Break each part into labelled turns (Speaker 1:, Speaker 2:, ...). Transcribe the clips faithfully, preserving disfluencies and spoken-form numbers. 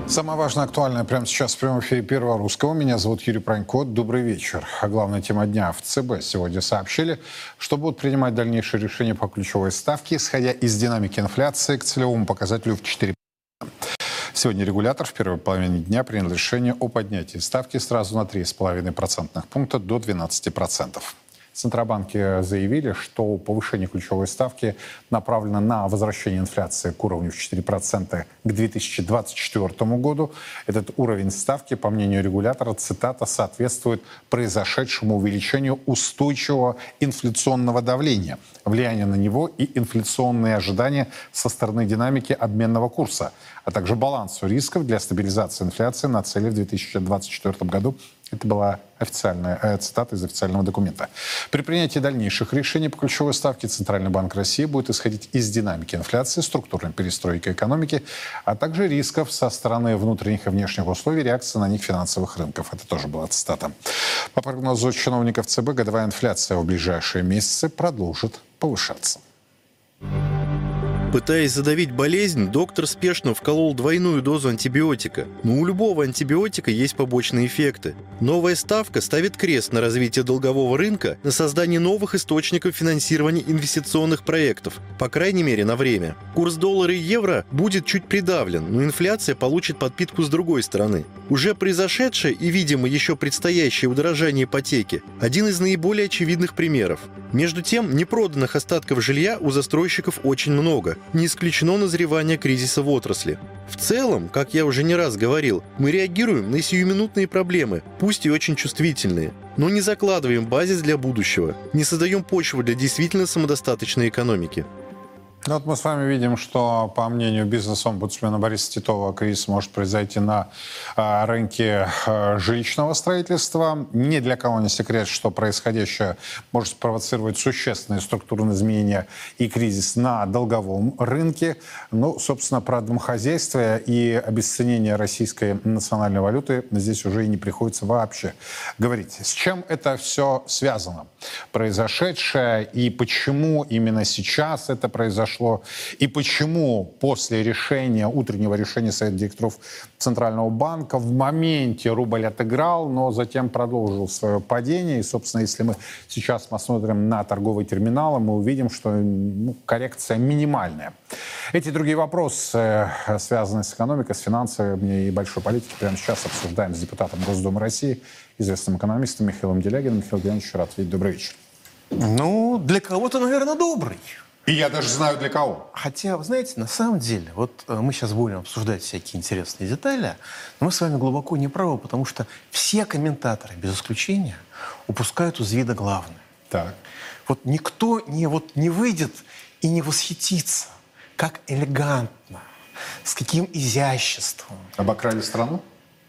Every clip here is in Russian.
Speaker 1: Самое важное, актуальное прямо сейчас в прямом эфире Первого Русского. Меня зовут Юрий Пронько. Добрый вечер. А главная тема дня в ЦБ сегодня сообщили, что будут принимать дальнейшие решения по ключевой ставке, исходя из динамики инфляции к целевому показателю в четыре процента. Сегодня регулятор в первой половине дня принял решение о поднятии ставки сразу на три целых пять десятых процентных пункта до двенадцати процентов. Центробанки заявили, что повышение ключевой ставки направлено на возвращение инфляции к уровню в четыре процента к две тысячи двадцать четвёртому году. Этот уровень ставки, по мнению регулятора, цитата, соответствует произошедшему увеличению устойчивого инфляционного давления, влияние на него и инфляционные ожидания со стороны динамики обменного курса, а также балансу рисков для стабилизации инфляции на цели в две тысячи двадцать четвёртом году. Это была официальная э, цитата из официального документа. При принятии дальнейших решений по ключевой ставке Центральный банк России будет исходить из динамики инфляции, структурной перестройки экономики, а также рисков со стороны внутренних и внешних условий реакции на них финансовых рынков. Это тоже была цитата. По прогнозу чиновников ЦБ, годовая инфляция в ближайшие месяцы продолжит повышаться.
Speaker 2: Пытаясь задавить болезнь, доктор спешно вколол двойную дозу антибиотика. Но у любого антибиотика есть побочные эффекты. Новая ставка ставит крест на развитие долгового рынка, на создание новых источников финансирования инвестиционных проектов, по крайней мере на время. Курс доллара и евро будет чуть придавлен, но инфляция получит подпитку с другой стороны. Уже произошедшее и, видимо, еще предстоящее удорожание ипотеки – один из наиболее очевидных примеров. Между тем, непроданных остатков жилья у застройщиков очень много. Не исключено назревание кризиса в отрасли. В целом, как я уже не раз говорил, мы реагируем на сиюминутные проблемы, пусть и очень чувствительные, но не закладываем базис для будущего, не создаем почву для действительно самодостаточной экономики.
Speaker 1: Ну, вот мы с вами видим, что, по мнению бизнес-омбудсмена Бориса Титова, кризис может произойти на э, рынке э, жилищного строительства. Ни для кого не секрет, что происходящее может спровоцировать существенные структурные изменения и кризис на долговом рынке. Ну, собственно, про домохозяйство и обесценение российской национальной валюты здесь уже и не приходится вообще говорить. С чем это все связано? Произошедшее и почему именно сейчас это произошло? И почему после решения, утреннего решения Совета директоров Центрального банка в моменте рубль отыграл, но затем продолжил свое падение. И, собственно, если мы сейчас посмотрим на торговые терминалы, мы увидим, что ну, коррекция минимальная. Эти и другие вопросы, связанные с экономикой, с финансами и большой политикой, прямо сейчас обсуждаем с депутатом Госдумы России, известным экономистом Михаилом Делягиным. Михаил Геннадьевич, рад видеть. Добрый вечер.
Speaker 3: Ну, для кого-то, наверное, добрый.
Speaker 1: И я даже знаю, для кого.
Speaker 3: Хотя, вы знаете, на самом деле, вот мы сейчас будем обсуждать всякие интересные детали, но мы с вами глубоко не правы, потому что все комментаторы, без исключения, упускают из вида главное.
Speaker 1: Так.
Speaker 3: Вот никто не, вот, не выйдет и не восхитится, как элегантно, с каким изяществом.
Speaker 1: Обокрали страну?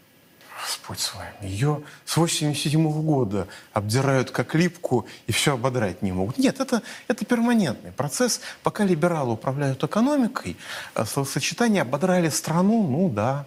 Speaker 3: Господь с вами. Ее с восемьдесят седьмого года обдирают как липку и все ободрать не могут. Нет, это, это перманентный процесс. Пока либералы управляют экономикой, словосочетание «ободрали страну», ну да,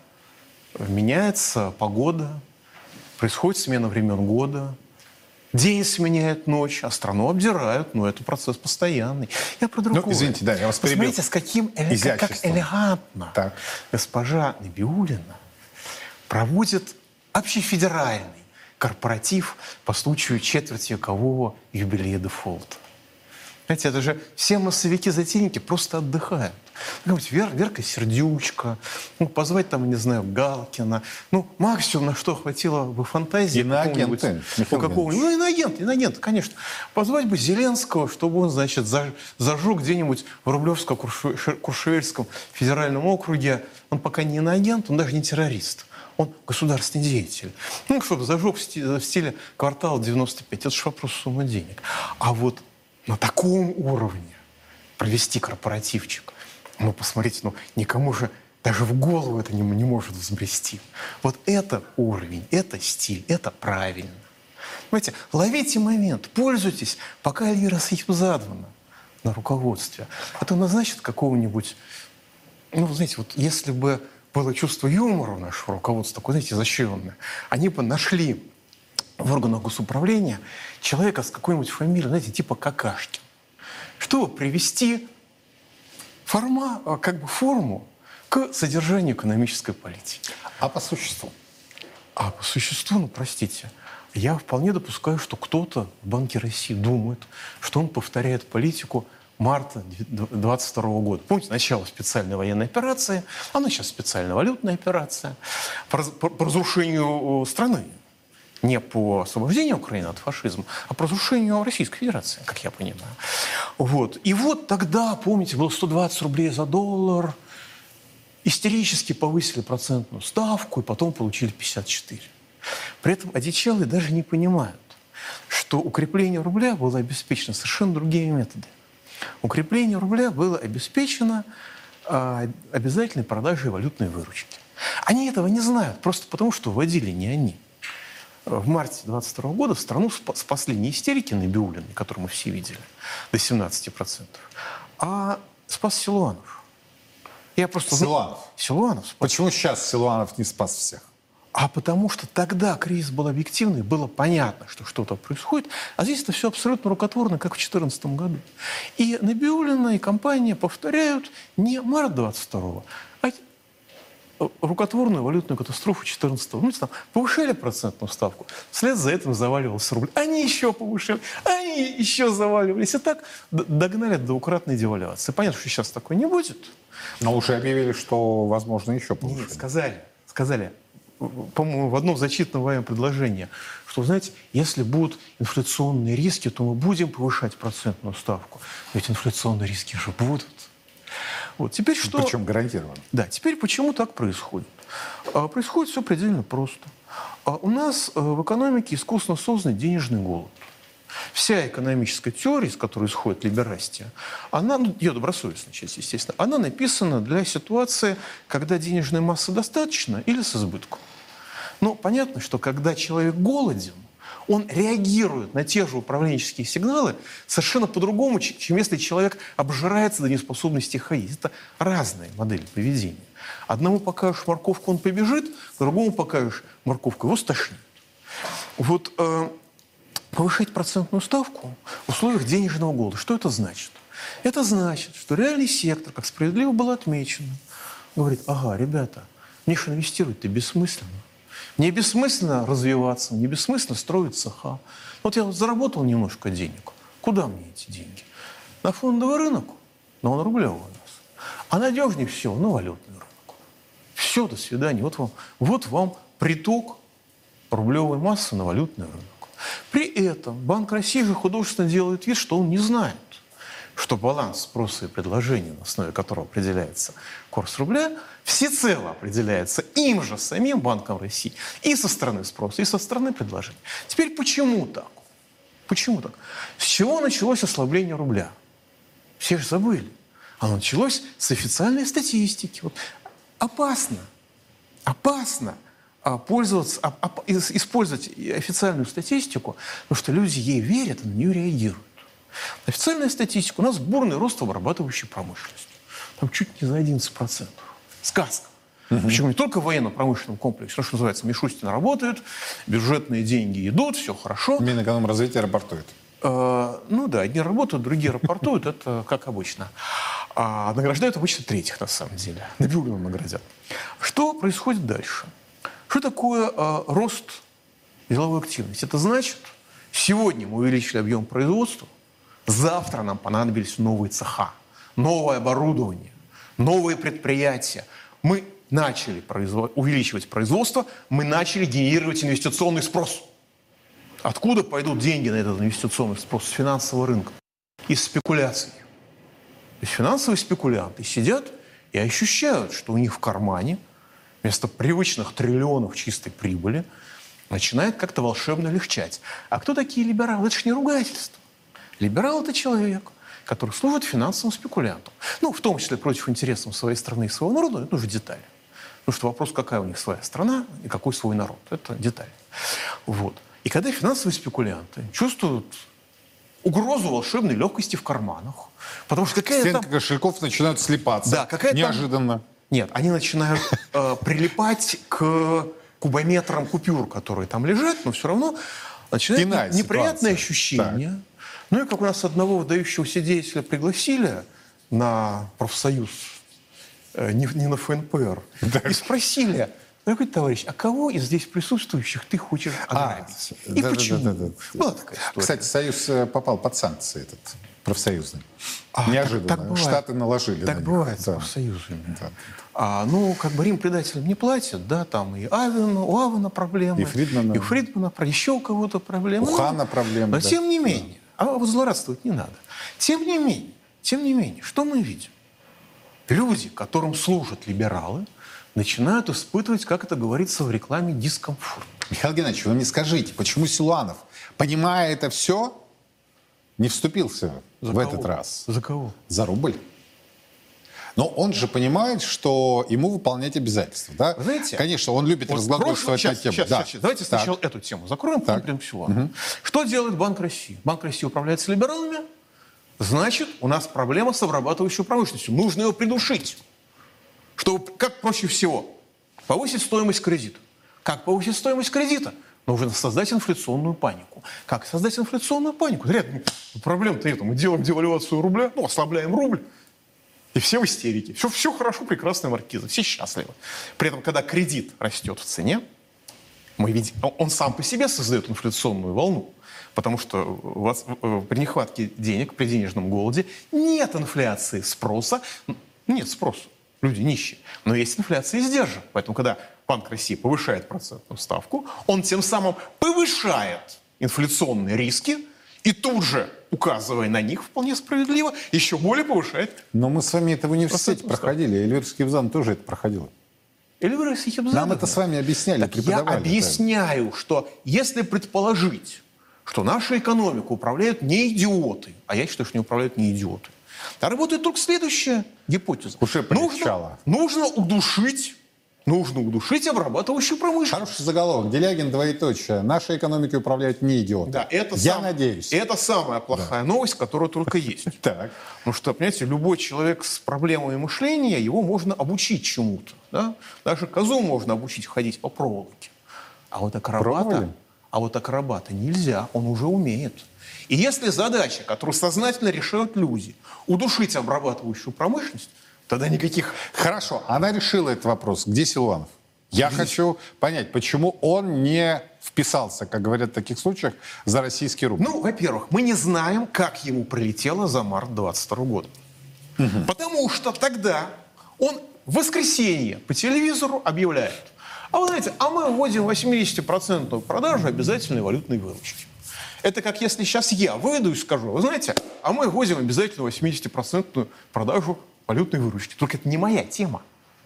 Speaker 3: меняется погода, происходит смена времен года, день сменяет ночь, а страну обдирают, но это процесс постоянный. Я про другое.
Speaker 1: Ну, извините, да, я вас перебил.
Speaker 3: Посмотрите, с каким эле... как элегантно
Speaker 1: так.
Speaker 3: госпожа Набиуллина проводит общефедеральный корпоратив по случаю четвертьвекового юбилея дефолта. Знаете, это же все массовики-затейники просто отдыхают. Вер, Верка Сердючка, ну, позвать там, не знаю, Галкина. Ну, максимум, на что хватило бы фантазии.
Speaker 1: Иноагенты.
Speaker 3: У какого-нибудь, ну, иноагент, иноагент, конечно. Позвать бы Зеленского, чтобы он, значит, зажег где-нибудь в Рублевско-Куршевельском федеральном округе. Он пока не иноагент, он даже не террорист. Он государственный деятель. Ну, чтобы зажег в стиле, в стиле квартала девяносто пять. Это же вопрос суммы денег. А вот на таком уровне провести корпоративчик, ну, посмотрите, ну, никому же даже в голову это не, не может взбрести. Вот это уровень, это стиль, это правильно. Понимаете, ловите момент, пользуйтесь, пока лира с этим задана на руководстве. А то назначат какого-нибудь, ну, знаете, вот если бы было чувство юмора у нашего руководства, такое, знаете, изощренное, они бы нашли в органах госуправления человека с какой-нибудь фамилией, знаете, типа Какашкин, чтобы привести форма, как бы форму к содержанию экономической политики.
Speaker 1: А по существу?
Speaker 3: А по существу, ну, простите, я вполне допускаю, что кто-то в Банке России думает, что он повторяет политику марта двадцать второго года. Помните, начало специальной военной операции, она сейчас специальная валютная операция по, по, по разрушению страны. Не по освобождению Украины от фашизма, а по разрушению Российской Федерации, как я понимаю. Вот. И вот тогда, помните, было сто двадцать рублей за доллар, истерически повысили процентную ставку, и потом получили пятьдесят четыре. При этом одичалые даже не понимают, что укрепление рубля было обеспечено совершенно другими методами. Укрепление рубля было обеспечено а, обязательной продажей валютной выручки. Они этого не знают, просто потому что вводили не они. В марте двадцать второго года страну спасли не истерики Набиуллиной, которую мы все видели, до семнадцати процентов, а спас Силуанов. Я просто...
Speaker 1: Силуанов?
Speaker 3: Силуанов спас.
Speaker 1: Почему сейчас Силуанов не спас всех?
Speaker 3: А потому что тогда кризис был объективный, было понятно, что что-то происходит, а здесь это все абсолютно рукотворно, как в две тысячи четырнадцатом году. И Набиуллина, и компания повторяют не март двадцать второго, а рукотворную валютную катастрофу две тысячи четырнадцатого. Ну, там повышали процентную ставку, вслед за этим заваливался рубль. Они еще повышали, они еще заваливались. И так догнали до двукратной девальвации. Понятно, что сейчас такой не будет.
Speaker 1: Но уже объявили, что, возможно, еще повышение.
Speaker 3: Нет, сказали, сказали, по-моему, в одном зачитанном вами предложении, что, знаете, если будут инфляционные риски, то мы будем повышать процентную ставку. Ведь инфляционные риски же будут. Вот, теперь что...
Speaker 1: Причем гарантированно.
Speaker 3: Да, теперь почему так происходит? А, происходит все предельно просто. А у нас а, в экономике искусственно создан денежный голод. Вся экономическая теория, из которой исходит либерастия, она, ну, ее добросовестная часть, естественно, она написана для ситуации, когда денежной массы достаточно или с избытком. Но понятно, что когда человек голоден, он реагирует на те же управленческие сигналы совершенно по-другому, чем если человек обжирается до неспособности ходить. Это разные модели поведения. Одному покажешь морковку, он побежит, другому покажешь морковку, его стошнит. Вот э, повышать процентную ставку в условиях денежного голода, что это значит? Это значит, что реальный сектор, как справедливо было отмечено, говорит: ага, ребята, мне же инвестировать-то бессмысленно. Не бессмысленно развиваться, не бессмысленно строить цеха. Вот я вот заработал немножко денег. Куда мне эти деньги? На фондовый рынок? Но он рублевый у нас. А надежнее всего на валютный рынок. Все, до свидания. Вот вам, вот вам приток рублевой массы на валютный рынок. При этом Банк России же художественно делает вид, что он не знает, что баланс спроса и предложения, на основе которого определяется курс рубля, всецело определяется им же, самим Банком России, и со стороны спроса, и со стороны предложения. Теперь почему так? Почему так? С чего началось ослабление рубля? Все же забыли. Оно началось с официальной статистики. Вот. Опасно, опасно пользоваться, использовать официальную статистику, потому что люди ей верят и на нее реагируют. Официальная статистика. У нас бурный рост в обрабатывающей промышленности. Там чуть не за одиннадцать процентов. Сказка. Угу. Причем не только в военно-промышленном комплексе, но, что называется, Мишустин работают, бюджетные деньги идут, все хорошо.
Speaker 1: Минэкономразвитие рапортует.
Speaker 3: Э, ну да, одни работают, другие рапортуют, это как обычно. А награждают обычно третьих, на самом деле. Набиуллину наградят. Что происходит дальше? Что такое э, рост деловой активности? Это значит, сегодня мы увеличили объем производства, завтра нам понадобились новые цеха, новое оборудование, новые предприятия. Мы начали производ... увеличивать производство, мы начали генерировать инвестиционный спрос. Откуда пойдут деньги на этот инвестиционный спрос? С финансового рынка. Из спекуляций. То есть финансовые спекулянты сидят и ощущают, что у них в кармане вместо привычных триллионов чистой прибыли начинает как-то волшебно легчать. А кто такие либералы? Это же не ругательство. Либерал – это человек, который служит финансовым спекулянтам. Ну, в том числе против интересов своей страны и своего народа, это уже детали. Потому что вопрос, какая у них своя страна и какой свой народ. Это детали. Вот. И когда финансовые спекулянты чувствуют угрозу волшебной легкости в карманах, потому что какая-то
Speaker 1: Стенки
Speaker 3: там...
Speaker 1: кошельков начинают слипаться.
Speaker 3: Да, какая-то
Speaker 1: неожиданно.
Speaker 3: Там... Нет, они начинают э, прилипать к кубометрам купюр, которые там лежат, но все равно начинает
Speaker 1: Иная
Speaker 3: неприятное
Speaker 1: ситуация.
Speaker 3: ощущение.
Speaker 1: Так.
Speaker 3: Ну и как у нас одного выдающегося деятеля пригласили на профсоюз э, не, не на ФНПР. И спросили: дорогой товарищ, а кого из здесь присутствующих ты хочешь ограбить?
Speaker 1: А,
Speaker 3: И
Speaker 1: да,
Speaker 3: почему?
Speaker 1: да, да, да.
Speaker 3: Была такая история.
Speaker 1: Кстати, Союз э, попал под санкции этот профсоюзный.
Speaker 3: А,
Speaker 1: Неожиданно.
Speaker 3: так- так бывает.
Speaker 1: Штаты наложили
Speaker 3: Так
Speaker 1: на них.
Speaker 3: бывает с
Speaker 1: Да.
Speaker 3: профсоюзами.
Speaker 1: Да.
Speaker 3: А, ну, как бы Рим предателям не платят, да, там и Авена, у Авена проблемы.
Speaker 1: И Фридмана.
Speaker 3: И у Фридмана, про- еще у кого-то проблемы.
Speaker 1: У
Speaker 3: Ну,
Speaker 1: Хана проблемы,
Speaker 3: Но
Speaker 1: да.
Speaker 3: тем не менее, а вот злорадствовать не надо. Тем не менее, тем не менее, что мы видим? Люди, которым служат либералы, начинают испытывать, как это говорится в рекламе, дискомфорт.
Speaker 1: Михаил Геннадьевич, вы мне скажите, почему Силуанов, понимая это все, не вступился
Speaker 3: За
Speaker 1: в
Speaker 3: кого?
Speaker 1: этот раз?
Speaker 3: За кого?
Speaker 1: За рубль. Но он же понимает, что ему выполнять обязательства, да?
Speaker 3: Вы знаете,
Speaker 1: Конечно, он любит
Speaker 3: Вот
Speaker 1: разглагольствовать
Speaker 3: прошлый-
Speaker 1: на
Speaker 3: щас,
Speaker 1: тему.
Speaker 3: щас,
Speaker 1: Да.
Speaker 3: щас, щас. Давайте
Speaker 1: Так.
Speaker 3: сначала эту тему закроем,
Speaker 1: Так.
Speaker 3: потом всего. Что делает Банк России? Банк России управляется либералами, значит, у нас проблема с обрабатывающей промышленностью. Нужно ее придушить. Чтобы, как проще всего, повысить стоимость кредита. Как повысить стоимость кредита? Нужно создать инфляционную панику. Как создать инфляционную панику? Ряд ну, проблем-то нет. Мы делаем девальвацию рубля, ну, ослабляем рубль. И все в истерике. Все, все хорошо, прекрасная маркиза. Все счастливы. При этом, когда кредит растет в цене, мы видим, он сам по себе создает инфляционную волну. Потому что у вас, э, при нехватке денег, при денежном голоде нет инфляции спроса. Нет спроса. Люди нищие. Но есть инфляция издержек. Поэтому, когда Банк России повышает процентную ставку, он тем самым повышает инфляционные риски и тут же, указывая на них вполне справедливо, еще более повышает.
Speaker 1: Но мы с вами это в университете
Speaker 3: Процентную
Speaker 1: проходили. Эльвирский экзамен тоже это проходил. Нам это с вами объясняли,
Speaker 3: Так я
Speaker 1: преподавали.
Speaker 3: объясняю, что если предположить, что нашу экономику управляют не идиоты, а я считаю, что не управляют не идиоты, то работает только следующая гипотеза.
Speaker 1: Уже полегчало.
Speaker 3: Нужно, нужно удушить, нужно удушить обрабатывающую промышленность.
Speaker 1: Хороший заголовок. Делягин, двоеточие. Нашей экономикой управляют не идиоты.
Speaker 3: Да, это
Speaker 1: Я
Speaker 3: сам-
Speaker 1: надеюсь.
Speaker 3: Это самая плохая новость, которая только есть.
Speaker 1: Так.
Speaker 3: Потому что, понимаете, любой человек с проблемами мышления, его можно обучить чему-то. Да? Даже козу можно обучить ходить по проволоке. А вот акробата,
Speaker 1: Пробовали?
Speaker 3: а вот акробата нельзя, он уже умеет. И если задача, которую сознательно решают люди, удушить обрабатывающую промышленность, тогда никаких...
Speaker 1: Хорошо, она решила этот вопрос. Где Силуанов? Я хочу понять, почему он не вписался, как говорят в таких случаях, за российский рубль.
Speaker 3: Ну, во-первых, мы не знаем, как ему прилетело за март двадцать второго года. Потому что тогда он в воскресенье по телевизору объявляет: а вы знаете, а мы вводим восьмидесятипроцентную продажу обязательной валютной выручки. Это как если сейчас я выйду и скажу: вы знаете, а мы вводим обязательно восьмидесятипроцентную продажу валютной выручки. Только это не моя тема.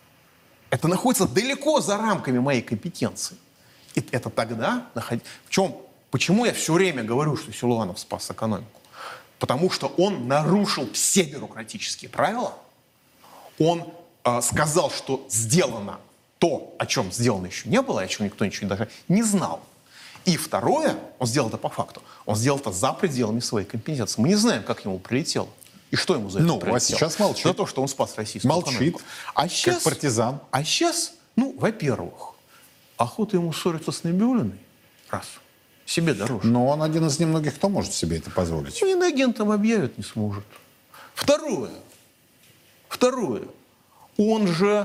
Speaker 3: Это находится далеко за рамками моей компетенции. И это тогда... наход- В чем, почему я все время говорю, что Силуанов спас экономику? Потому что он нарушил все бюрократические правила. Он э, сказал, что сделано то, о чем сделано еще не было, о чем никто ничего даже не знал. И второе, он сделал это по факту, он сделал это за пределами своей компетенции. Мы не знаем, как ему прилетело. И что ему за это
Speaker 1: Ну, а
Speaker 3: прилетело.
Speaker 1: сейчас молчит.
Speaker 3: За то, что он спас российскую
Speaker 1: Молчит,
Speaker 3: экономику. А
Speaker 1: как
Speaker 3: сейчас,
Speaker 1: партизан.
Speaker 3: А сейчас, ну, во-первых, охота ему ссориться с Набиуллиной. Раз. Себе дороже.
Speaker 1: Но он один из немногих, кто может себе это позволить.
Speaker 3: Ну, иноагентом объявят, не сможет. Второе. Второе. Он же,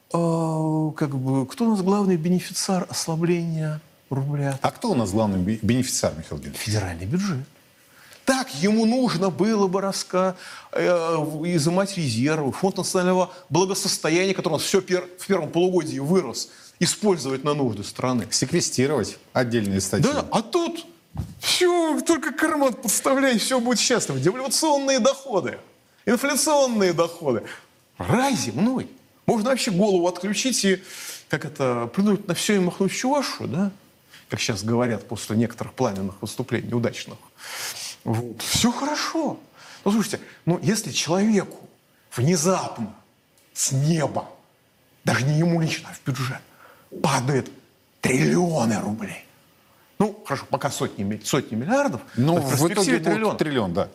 Speaker 3: э, как бы, кто у нас главный бенефициар ослабления рубля?
Speaker 1: А кто у нас главный бе- бенефициар, Михаил Геннадьевич?
Speaker 3: Федеральный бюджет. Так ему нужно было бы раска... э, изымать резервы, фонд национального благосостояния, который у нас все пер... в первом полугодии вырос, использовать на нужды страны.
Speaker 1: Секвестировать отдельные статьи.
Speaker 3: Да, а тут все, только карман подставляй, все будет счастливо. Девальвационные доходы, инфляционные доходы. Рай земной. Можно вообще голову отключить и, как это, плюнуть на все и махнуть в чувашу, да? Как сейчас говорят после некоторых пламенных выступлений, неудачных. Вот. Все хорошо. Ну, слушайте, ну, если человеку внезапно с неба, даже не ему лично, а в бюджет, падает триллионы рублей. Ну, хорошо, пока сотни, ми- сотни миллиардов,
Speaker 1: Ну,
Speaker 3: а в
Speaker 1: в итоге
Speaker 3: перспективе
Speaker 1: будет
Speaker 3: триллион.
Speaker 1: триллион, да.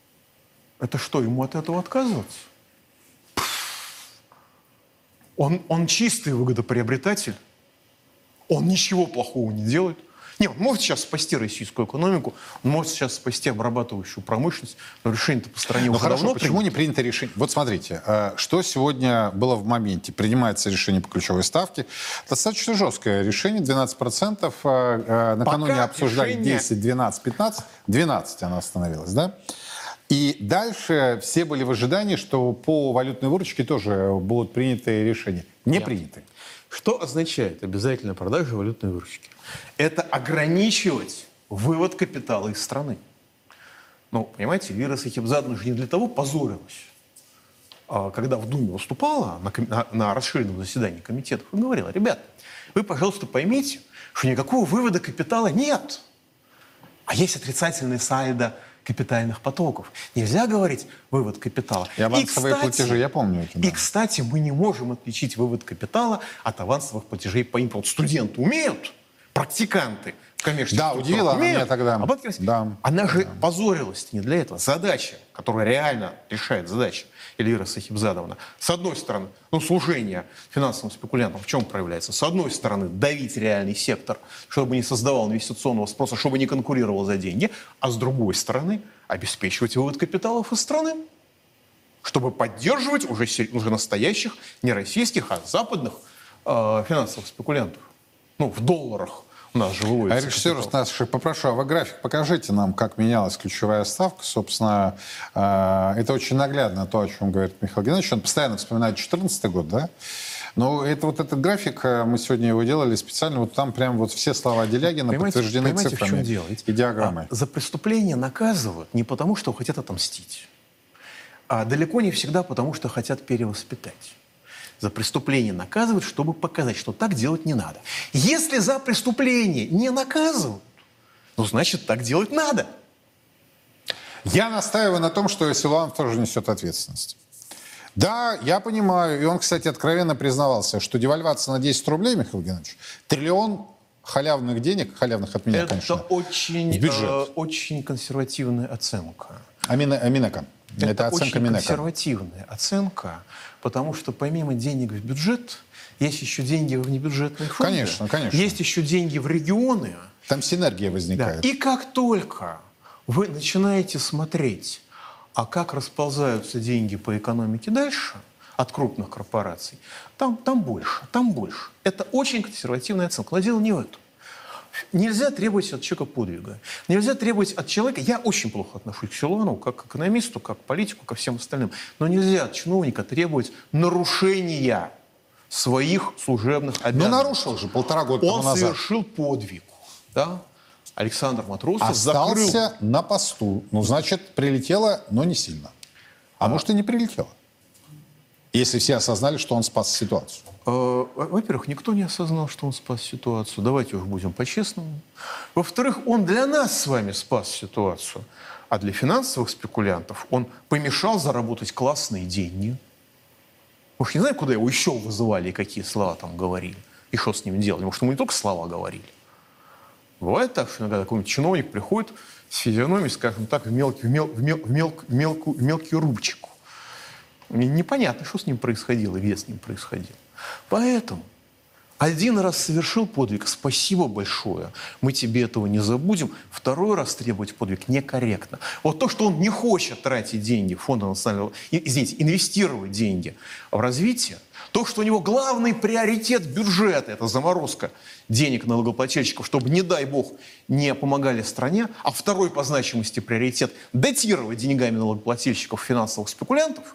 Speaker 3: Это что, ему от этого отказываться? Он, он чистый выгодоприобретатель. Он ничего плохого не делает. Не, он может сейчас спасти российскую экономику, он может сейчас спасти обрабатывающую промышленность, но решение-то по стране
Speaker 1: Ну
Speaker 3: уже
Speaker 1: хорошо,
Speaker 3: давно
Speaker 1: почему
Speaker 3: принято.
Speaker 1: не принято решение? Вот смотрите, э, что сегодня было в моменте. Принимается решение по ключевой ставке. Достаточно жесткое решение, двенадцать процентов. Э, э, накануне
Speaker 3: Пока
Speaker 1: обсуждали
Speaker 3: решение-
Speaker 1: десять, двенадцать, пятнадцать. двенадцать она остановилась, да? И дальше все были в ожидании, что по валютной выручке тоже будут приняты решения. Не
Speaker 3: Нет.
Speaker 1: приняты.
Speaker 3: Что означает обязательная продажа валютной выручки? Это ограничивать вывод капитала из страны. Ну, понимаете, Вера Сахибзадовна же не для того позорилась, а когда в Думе выступала на, ком- на- на расширенном заседании комитетов и говорила: ребят, вы, пожалуйста, поймите, что никакого вывода капитала нет, а есть отрицательный сальдо капитальных потоков. Нельзя говорить вывод капитала.
Speaker 1: И авансовые платежи, я помню это, да.
Speaker 3: И, кстати, мы не можем отличить вывод капитала от авансовых платежей по импорту. Вот студенты умеют, практиканты в коммерческих
Speaker 1: Да,
Speaker 3: структурах
Speaker 1: удивила она
Speaker 3: умеют,
Speaker 1: меня тогда.
Speaker 3: а банки-
Speaker 1: Да.
Speaker 3: Она же позорилась не для этого. Задача, которая реально решает задача Эльвира Сахибзадовна, с одной стороны, ну, служение финансовым спекулянтам в чем проявляется? С одной стороны, давить реальный сектор, чтобы не создавал инвестиционного спроса, чтобы не конкурировал за деньги, а с другой стороны, обеспечивать вывод капиталов из страны, чтобы поддерживать уже, се- уже настоящих, не российских, а западных э, финансовых спекулянтов. Ну, в долларах у нас же
Speaker 1: А
Speaker 3: выводится
Speaker 1: режиссер
Speaker 3: капитал.
Speaker 1: нас попрошу, а вы график покажите нам, как менялась ключевая ставка. Собственно, э, это очень наглядно то, о чем говорит Михаил Геннадьевич. Он постоянно вспоминает две тысячи четырнадцатый год, да? Но это вот этот график, э, мы сегодня его делали специально, вот там прям вот все слова Делягина
Speaker 3: Понимаете,
Speaker 1: подтверждены
Speaker 3: понимаете, в
Speaker 1: цифрами
Speaker 3: чем дело? Ведь,
Speaker 1: и диаграммой.
Speaker 3: а, за преступление наказывают не потому, что хотят отомстить, а далеко не всегда потому, что хотят перевоспитать. За преступление наказывают, чтобы показать, что так делать не надо. Если за преступление не наказывают, ну, значит, так делать надо.
Speaker 1: Я настаиваю на том, что Силуанов тоже несет ответственность. Да, я понимаю, и он, кстати, откровенно признавался, что девальвация на десять рублей, Михаил Геннадьевич, триллион халявных денег, халявных от меня,
Speaker 3: Это
Speaker 1: конечно,
Speaker 3: очень,
Speaker 1: в бюджет.
Speaker 3: э, очень консервативная оценка.
Speaker 1: А Мина- а Минэка? Это,
Speaker 3: Это
Speaker 1: оценка
Speaker 3: очень
Speaker 1: Минэка.
Speaker 3: консервативная оценка, потому что помимо денег в бюджет, есть еще деньги в внебюджетные фонды.
Speaker 1: Конечно, конечно.
Speaker 3: Есть еще деньги в регионы.
Speaker 1: Там синергия
Speaker 3: Да.
Speaker 1: возникает.
Speaker 3: И как только вы начинаете смотреть, а как расползаются деньги по экономике дальше от крупных корпораций, там, там больше, там больше. Это очень консервативная оценка. Но дело не в этом. Нельзя требовать от человека подвига. Нельзя требовать от человека... Я очень плохо отношусь к Силуанову, как к экономисту, как к политику, ко всем остальным. Но нельзя от чиновника требовать нарушения своих служебных
Speaker 1: Но
Speaker 3: обязанностей.
Speaker 1: нарушил же полтора года
Speaker 3: Он
Speaker 1: тому назад.
Speaker 3: совершил подвиг. Да? Александр Матросов закрыл...
Speaker 1: Остался на посту. Ну, значит, прилетело, но не сильно. А, может, и не прилетело. Если все осознали, что он спас ситуацию.
Speaker 3: Э, Во-первых, никто не осознал, что он спас ситуацию. Давайте уж будем по-честному. Во-вторых, он для нас с вами спас ситуацию. А для финансовых спекулянтов он помешал заработать классные деньги. Уж не знаю, куда его еще вызывали и какие слова там говорили. И что с ними делали. Может, ему не только слова говорили. Бывает так, что иногда какой-нибудь чиновник приходит с физиономией, скажем так, в, мелкий, в, мел, в, мел, в, мел, в, мелкую, в мелкий рубчику. Мне непонятно, что с ним происходило и где с ним происходило. Поэтому один раз совершил подвиг, спасибо большое, мы тебе этого не забудем. Второй раз требовать подвиг некорректно. Вот то, что он не хочет тратить деньги Фонда национального... Извините, инвестировать деньги в развитие, то, что у него главный приоритет бюджета – это заморозка денег налогоплательщиков, чтобы, не дай бог, не помогали стране, а второй по значимости приоритет – датировать деньгами налогоплательщиков финансовых спекулянтов,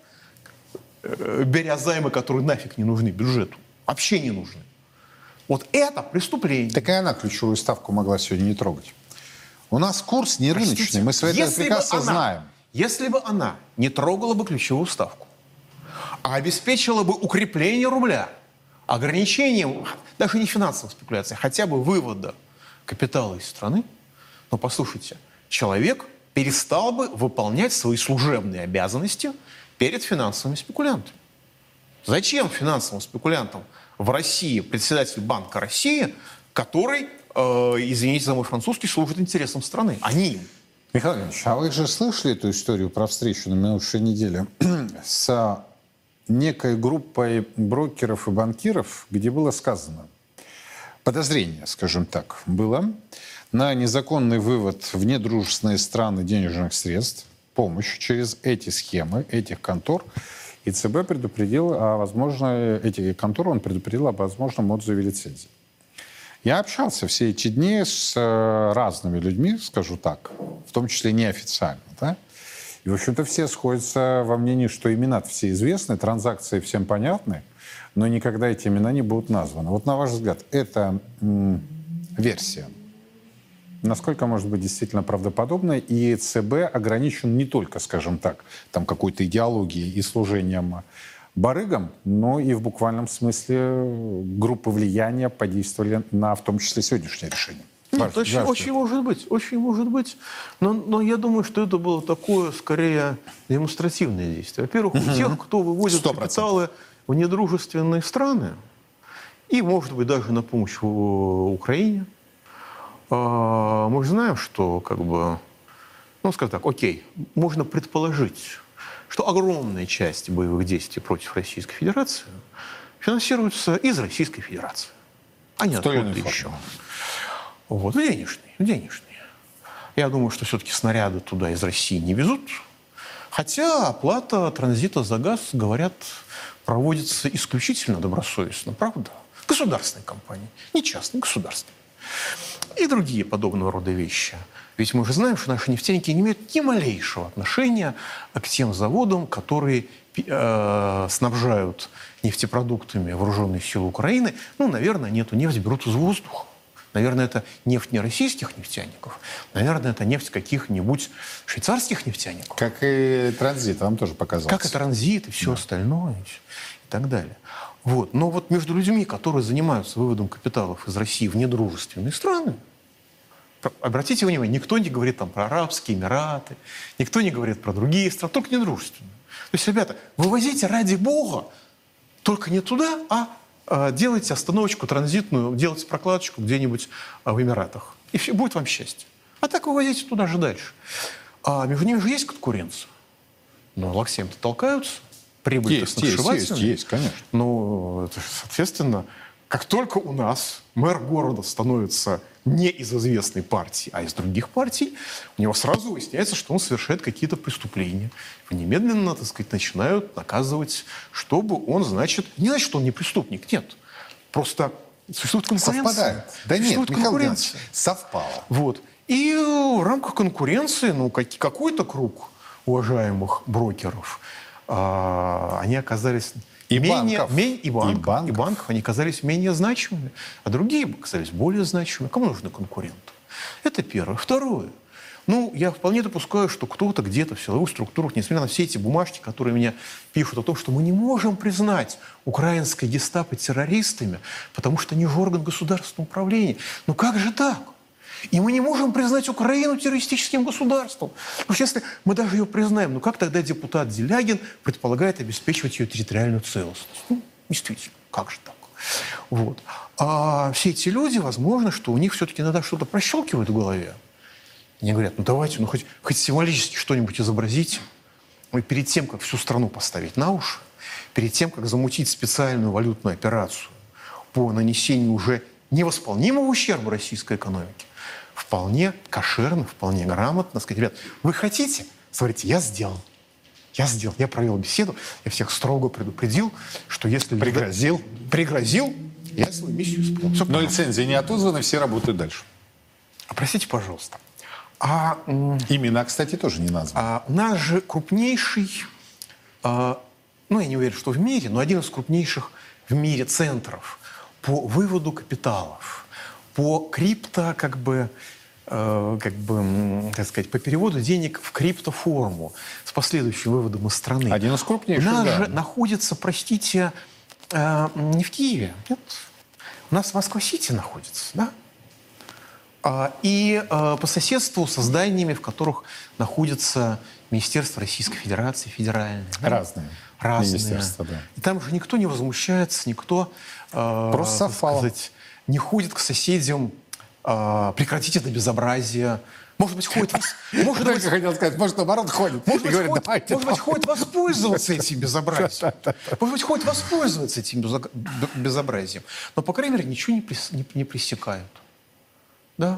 Speaker 3: беря займы, которые нафиг не нужны бюджету, вообще не нужны. Вот это преступление.
Speaker 1: Так и она ключевую ставку могла сегодня не трогать. У нас курс не рыночный,
Speaker 3: Простите,
Speaker 1: мы свои это
Speaker 3: если бы
Speaker 1: прекрасно
Speaker 3: она-
Speaker 1: знаем.
Speaker 3: Если бы она не трогала бы ключевую ставку, а обеспечила бы укрепление рубля, ограничением, даже не финансовых спекуляций, хотя бы вывода капитала из страны, но послушайте, человек перестал бы выполнять свои служебные обязанности перед финансовыми спекулянтами. Зачем финансовым спекулянтам в России председатель Банка России, который, э, извините за мой французский, служит интересам страны? Они им.
Speaker 1: Михаил Ильич, а вы же слышали эту историю про встречу на минувшей неделе с некой группой брокеров и банкиров, где было сказано: подозрение, скажем так, было на незаконный вывод в недружественные страны денежных средств, помощь через эти схемы, этих контор. И ЦБ предупредил о возможной, эти конторы он предупредил о возможном отзыве лицензии. Я общался все эти дни с разными людьми, скажу так, в том числе неофициально, да? И, в общем-то, все сходятся во мнении, что имена все известны, транзакции всем понятны, но никогда эти имена не будут названы. Вот на ваш взгляд, эта м, версия, насколько может быть действительно правдоподобной, и ЦБ ограничен не только, скажем так, там какой-то идеологией и служением барыгам, но и в буквальном смысле группы влияния подействовали на, в том числе, сегодняшнее решение?
Speaker 3: Нет, очень, очень может быть, очень может быть. Но, но я думаю, что это было такое, скорее, демонстративное действие. Во-первых, у тех, кто выводит сто процентов капиталы в недружественные страны, и, может быть, даже на помощь в Украине, мы же знаем, что, как бы, ну, скажем так, окей, можно предположить, что огромная часть боевых действий против Российской Федерации финансируется из Российской Федерации, а не откуда-то еще. Вот, денежные, денежные. Я думаю, что все-таки снаряды туда из России не везут. Хотя оплата транзита за газ, говорят, проводится исключительно добросовестно, правда? Государственной компании, не частной, государственной. И другие подобного рода вещи. Ведь мы же знаем, что наши нефтяники не имеют ни малейшего отношения к тем заводам, которые э, снабжают нефтепродуктами вооруженные силы Украины. Ну, наверное, они эту нефть берут из воздуха. Наверное, это нефть не российских нефтяников. Наверное, это нефть каких-нибудь швейцарских нефтяников.
Speaker 1: Как и транзит, вам тоже показалось.
Speaker 3: Как и транзит, и все да. остальное, и так далее. Вот. Но вот между людьми, которые занимаются выводом капиталов из России в недружественные страны, обратите внимание, никто не говорит там про Арабские Эмираты, никто не говорит про другие страны, только недружественные. То есть, ребята, вывозите ради бога, только не туда, а делайте остановочку транзитную, делайте прокладочку где-нибудь в Эмиратах. И все, будет вам счастье. А так вывозите туда же дальше. А между ними же есть конкуренция. Но локтями-то толкаются. Прибыль-то сногсшибательная.
Speaker 1: Есть, есть, есть, конечно.
Speaker 3: Ну, это, соответственно, как только у нас мэр города становится не из известной партии, а из других партий, у него сразу выясняется, что он совершает какие-то преступления. И немедленно, так сказать, начинают наказывать, чтобы он, значит... Не значит, что он не преступник, нет. Просто существует конкуренция.
Speaker 1: Совпадает. Да
Speaker 3: существует
Speaker 1: нет, Михаил
Speaker 3: конкуренция.
Speaker 1: Геннадьевич, совпало.
Speaker 3: Вот. И в рамках конкуренции, ну, какой-то круг уважаемых брокеров, а, они оказались...
Speaker 1: И
Speaker 3: менее,
Speaker 1: банков.
Speaker 3: Менее, и, банков,
Speaker 1: и, банков.
Speaker 3: и банков они казались менее значимыми, а другие оказались более значимыми. Кому нужны конкуренты? Это первое. Второе. Ну, я вполне допускаю, что кто-то где-то в силовых структурах, несмотря на все эти бумажки, которые меня пишут о том, что мы не можем признать украинское гестапо террористами, потому что они же орган государственного управления. Ну как же так? И мы не можем признать Украину террористическим государством. Потому что если мы даже ее признаем, ну как тогда депутат Делягин предполагает обеспечивать ее территориальную целостность? Ну, действительно, как же так? Вот. А все эти люди, возможно, что у них все-таки иногда что-то прощелкивает в голове. Они говорят, ну давайте, ну хоть, хоть символически что-нибудь изобразите. Мы перед тем, как всю страну поставить на уши, перед тем, как замутить специальную валютную операцию по нанесению уже невосполнимого ущерба российской экономике, вполне кошерно, вполне грамотно сказать, ребят, вы хотите? Смотрите, я сделал. Я сделал. Я провел беседу, я всех строго предупредил, что если...
Speaker 1: Пригрозил.
Speaker 3: Пригрозил, я свою миссию исполнил. Все
Speaker 1: Но
Speaker 3: понятно.
Speaker 1: лицензии не отозваны, все работают дальше.
Speaker 3: А простите, пожалуйста. А,
Speaker 1: имена, кстати, тоже не названы.
Speaker 3: А, у нас же крупнейший, а, ну, я не уверен, что в мире, но один из крупнейших в мире центров по выводу капиталов, по крипто, как бы, э, как бы, как сказать, по переводу денег в криптоформу с последующим выводом из страны.
Speaker 1: Один из крупнейших,
Speaker 3: У нас
Speaker 1: да.
Speaker 3: же находится, простите, э, не в Киеве, нет. У нас в Москва-Сити находится, да? А, и э, по соседству со зданиями, в которых находится Министерство Российской Федерации, федеральное. Да?
Speaker 1: Разные.
Speaker 3: Разные.
Speaker 1: Министерства, да.
Speaker 3: И там же никто не возмущается, никто э,
Speaker 1: Просто совпало.
Speaker 3: сказать, не ходит к соседям, э, прекратите это безобразие. Может быть, ходит... вос- Может
Speaker 1: Только
Speaker 3: быть,
Speaker 1: хотел сказать, может, наоборот, ходит.
Speaker 3: может
Speaker 1: И
Speaker 3: быть,
Speaker 1: говорит,
Speaker 3: ходит,
Speaker 1: давайте.
Speaker 3: может быть, ходит воспользоваться этим безобразием. Может быть, ходит воспользоваться этим безо- б- безобразием. Но, по крайней мере, ничего не, прес- не, не пресекают. Да?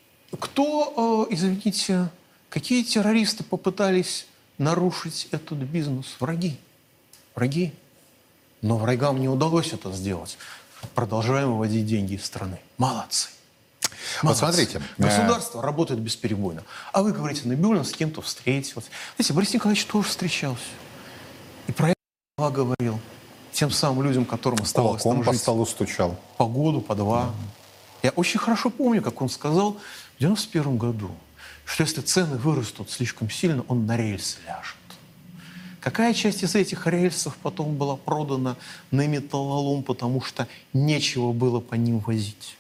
Speaker 3: Кто, э, извините, какие террористы попытались нарушить этот бизнес? Враги. Враги. Но врагам не удалось это сделать. Продолжаем выводить деньги из страны. Молодцы.
Speaker 1: Вот
Speaker 3: Молодцы.
Speaker 1: смотрите.
Speaker 3: Государство работает бесперебойно. А вы говорите, Набиуллина с кем-то встретилась. Знаете, Борис Николаевич тоже встречался. И про это говорил. Тем самым людям, которым оставалось
Speaker 1: Кулаком
Speaker 3: там
Speaker 1: по
Speaker 3: жить
Speaker 1: столу стучал.
Speaker 3: по году, по два. Я очень хорошо помню, как он сказал в девяносто первом году, что если цены вырастут слишком сильно, он на рельсы ляжет. Какая часть из этих рельсов потом была продана на металлолом, потому что нечего было по ним возить?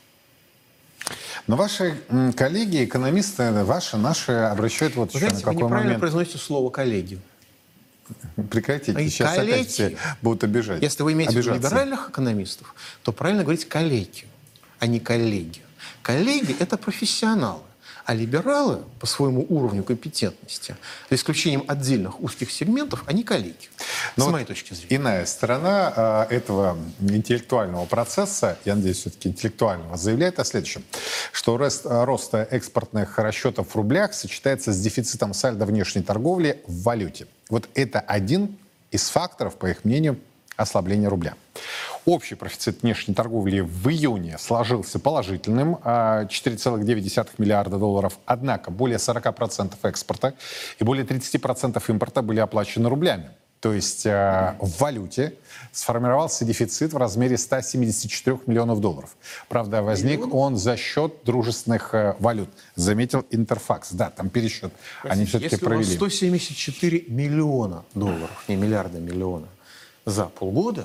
Speaker 1: Но ваши м, коллеги, экономисты, ваши, наши, обращают вот
Speaker 3: Вы
Speaker 1: еще
Speaker 3: знаете,
Speaker 1: на
Speaker 3: вы
Speaker 1: какой
Speaker 3: неправильно
Speaker 1: момент.
Speaker 3: произносите слово «коллеги».
Speaker 1: Прекратите,
Speaker 3: И
Speaker 1: сейчас
Speaker 3: коллеги.
Speaker 1: опять все будут обижать.
Speaker 3: Если вы имеете в виду
Speaker 1: обижаться.
Speaker 3: либеральных экономистов, то правильно говорить коллеги, а не коллеги. Коллеги – это профессионалы, а либералы по своему уровню компетентности, за исключением отдельных узких сегментов, они коллеги,
Speaker 1: Но
Speaker 3: с
Speaker 1: вот
Speaker 3: моей точки зрения.
Speaker 1: Иная сторона а, этого интеллектуального процесса, я надеюсь, все-таки интеллектуального, заявляет о следующем, что рост, рост экспортных расчетов в рублях сочетается с дефицитом сальдо внешней торговли в валюте. Вот это один из факторов, по их мнению, ослабления рубля. Общий профицит внешней торговли в июне сложился положительным, четыре целых девять десятых миллиарда долларов. Однако более сорока процентов экспорта и более тридцати процентов импорта были оплачены рублями. То есть э, в валюте сформировался дефицит в размере ста семидесяти четырёх миллионов долларов. Правда, возник он за счет дружественных э, валют, заметил Интерфакс. Да, там пересчет они все-таки
Speaker 3: Если у
Speaker 1: провели.
Speaker 3: вас сто семьдесят четыре миллиона долларов, не миллиарда, миллиона, за полгода,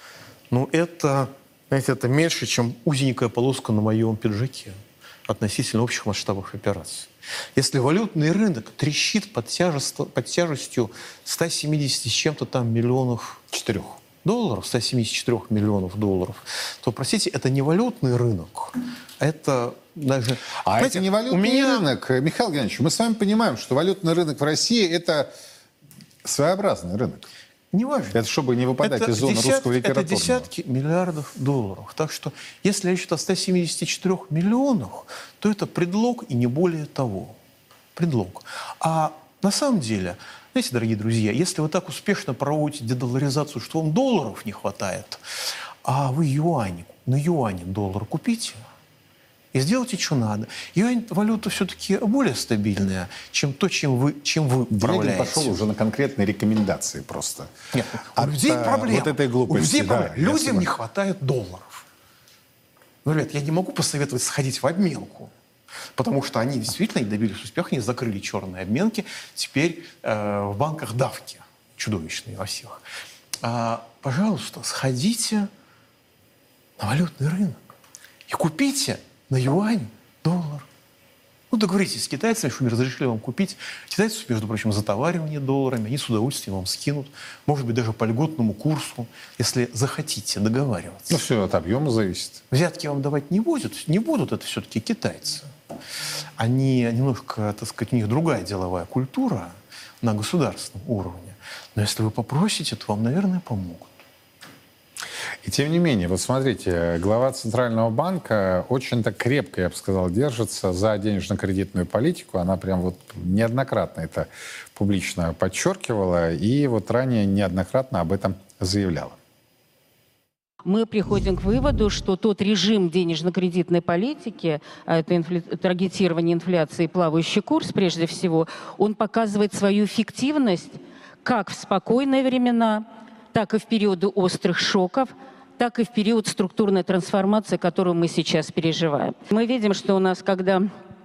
Speaker 3: ну это, знаете, это меньше, чем узенькая полоска на моем пиджаке относительно общих масштабов операций. Если валютный рынок трещит под, тяжесть, под тяжестью ста семидесяти с чем-то там миллионов
Speaker 1: Четырех.
Speaker 3: долларов, ста семидесяти четырёх миллионов долларов, то, простите, это не валютный рынок, это даже...
Speaker 1: А
Speaker 3: Знаете,
Speaker 1: это не валютный
Speaker 3: у меня...
Speaker 1: рынок, Михаил Геннадьевич. Мы с вами понимаем, что валютный рынок в России – это своеобразный рынок.
Speaker 3: Неважно.
Speaker 1: Это чтобы не выпадать
Speaker 3: Это
Speaker 1: из зоны
Speaker 3: десятки-
Speaker 1: русского
Speaker 3: Это
Speaker 1: литературного.
Speaker 3: десятки миллиардов долларов. Так что, если речь идет о ста семидесяти четырёх миллионах, то это предлог и не более того. Предлог. А на самом деле, знаете, дорогие друзья, если вы так успешно проводите дедоларизацию, что вам долларов не хватает, а вы юань, на юане доллар купите и сделайте, что надо. Юань валюта все-таки более стабильная, чем то, чем вы, чем вы
Speaker 1: Делегин
Speaker 3: управляете.
Speaker 1: пошел уже на конкретные рекомендации просто.
Speaker 3: Нет, у
Speaker 1: От,
Speaker 3: людей
Speaker 1: а,
Speaker 3: проблема.
Speaker 1: вот этой глупости,
Speaker 3: У людей
Speaker 1: да,
Speaker 3: проблема.
Speaker 1: я
Speaker 3: Людям
Speaker 1: согласен.
Speaker 3: не хватает долларов. Ну, ребят, я не могу посоветовать сходить в обменку, потому что они действительно добились успеха, они закрыли черные обменки, теперь э, в банках давки чудовищные во всех. А, пожалуйста, сходите на валютный рынок и купите на юань доллар. Ну, договоритесь с китайцами, чтобы они разрешили вам купить. Китайцы, между прочим, затоваривание долларами, они с удовольствием вам скинут. Может быть, даже по льготному курсу, если захотите договариваться.
Speaker 1: Ну, все от объема зависит.
Speaker 3: Взятки вам давать не будут, не будут, это все-таки китайцы. Они немножко, так сказать, у них другая деловая культура на государственном уровне. Но если вы попросите, то вам, наверное, помогут.
Speaker 1: И тем не менее, вот смотрите, глава Центрального банка очень-то крепко, я бы сказал, держится за денежно-кредитную политику. Она прям вот неоднократно это публично подчеркивала и вот ранее неоднократно об этом заявляла.
Speaker 4: Мы приходим к выводу, что тот режим денежно-кредитной политики, а это инфля... таргетирование инфляции и плавающий курс, прежде всего, он показывает свою эффективность как в спокойные времена, так и в периоды острых шоков, так и в период структурной трансформации, которую мы сейчас переживаем. Мы видим, что у нас, когда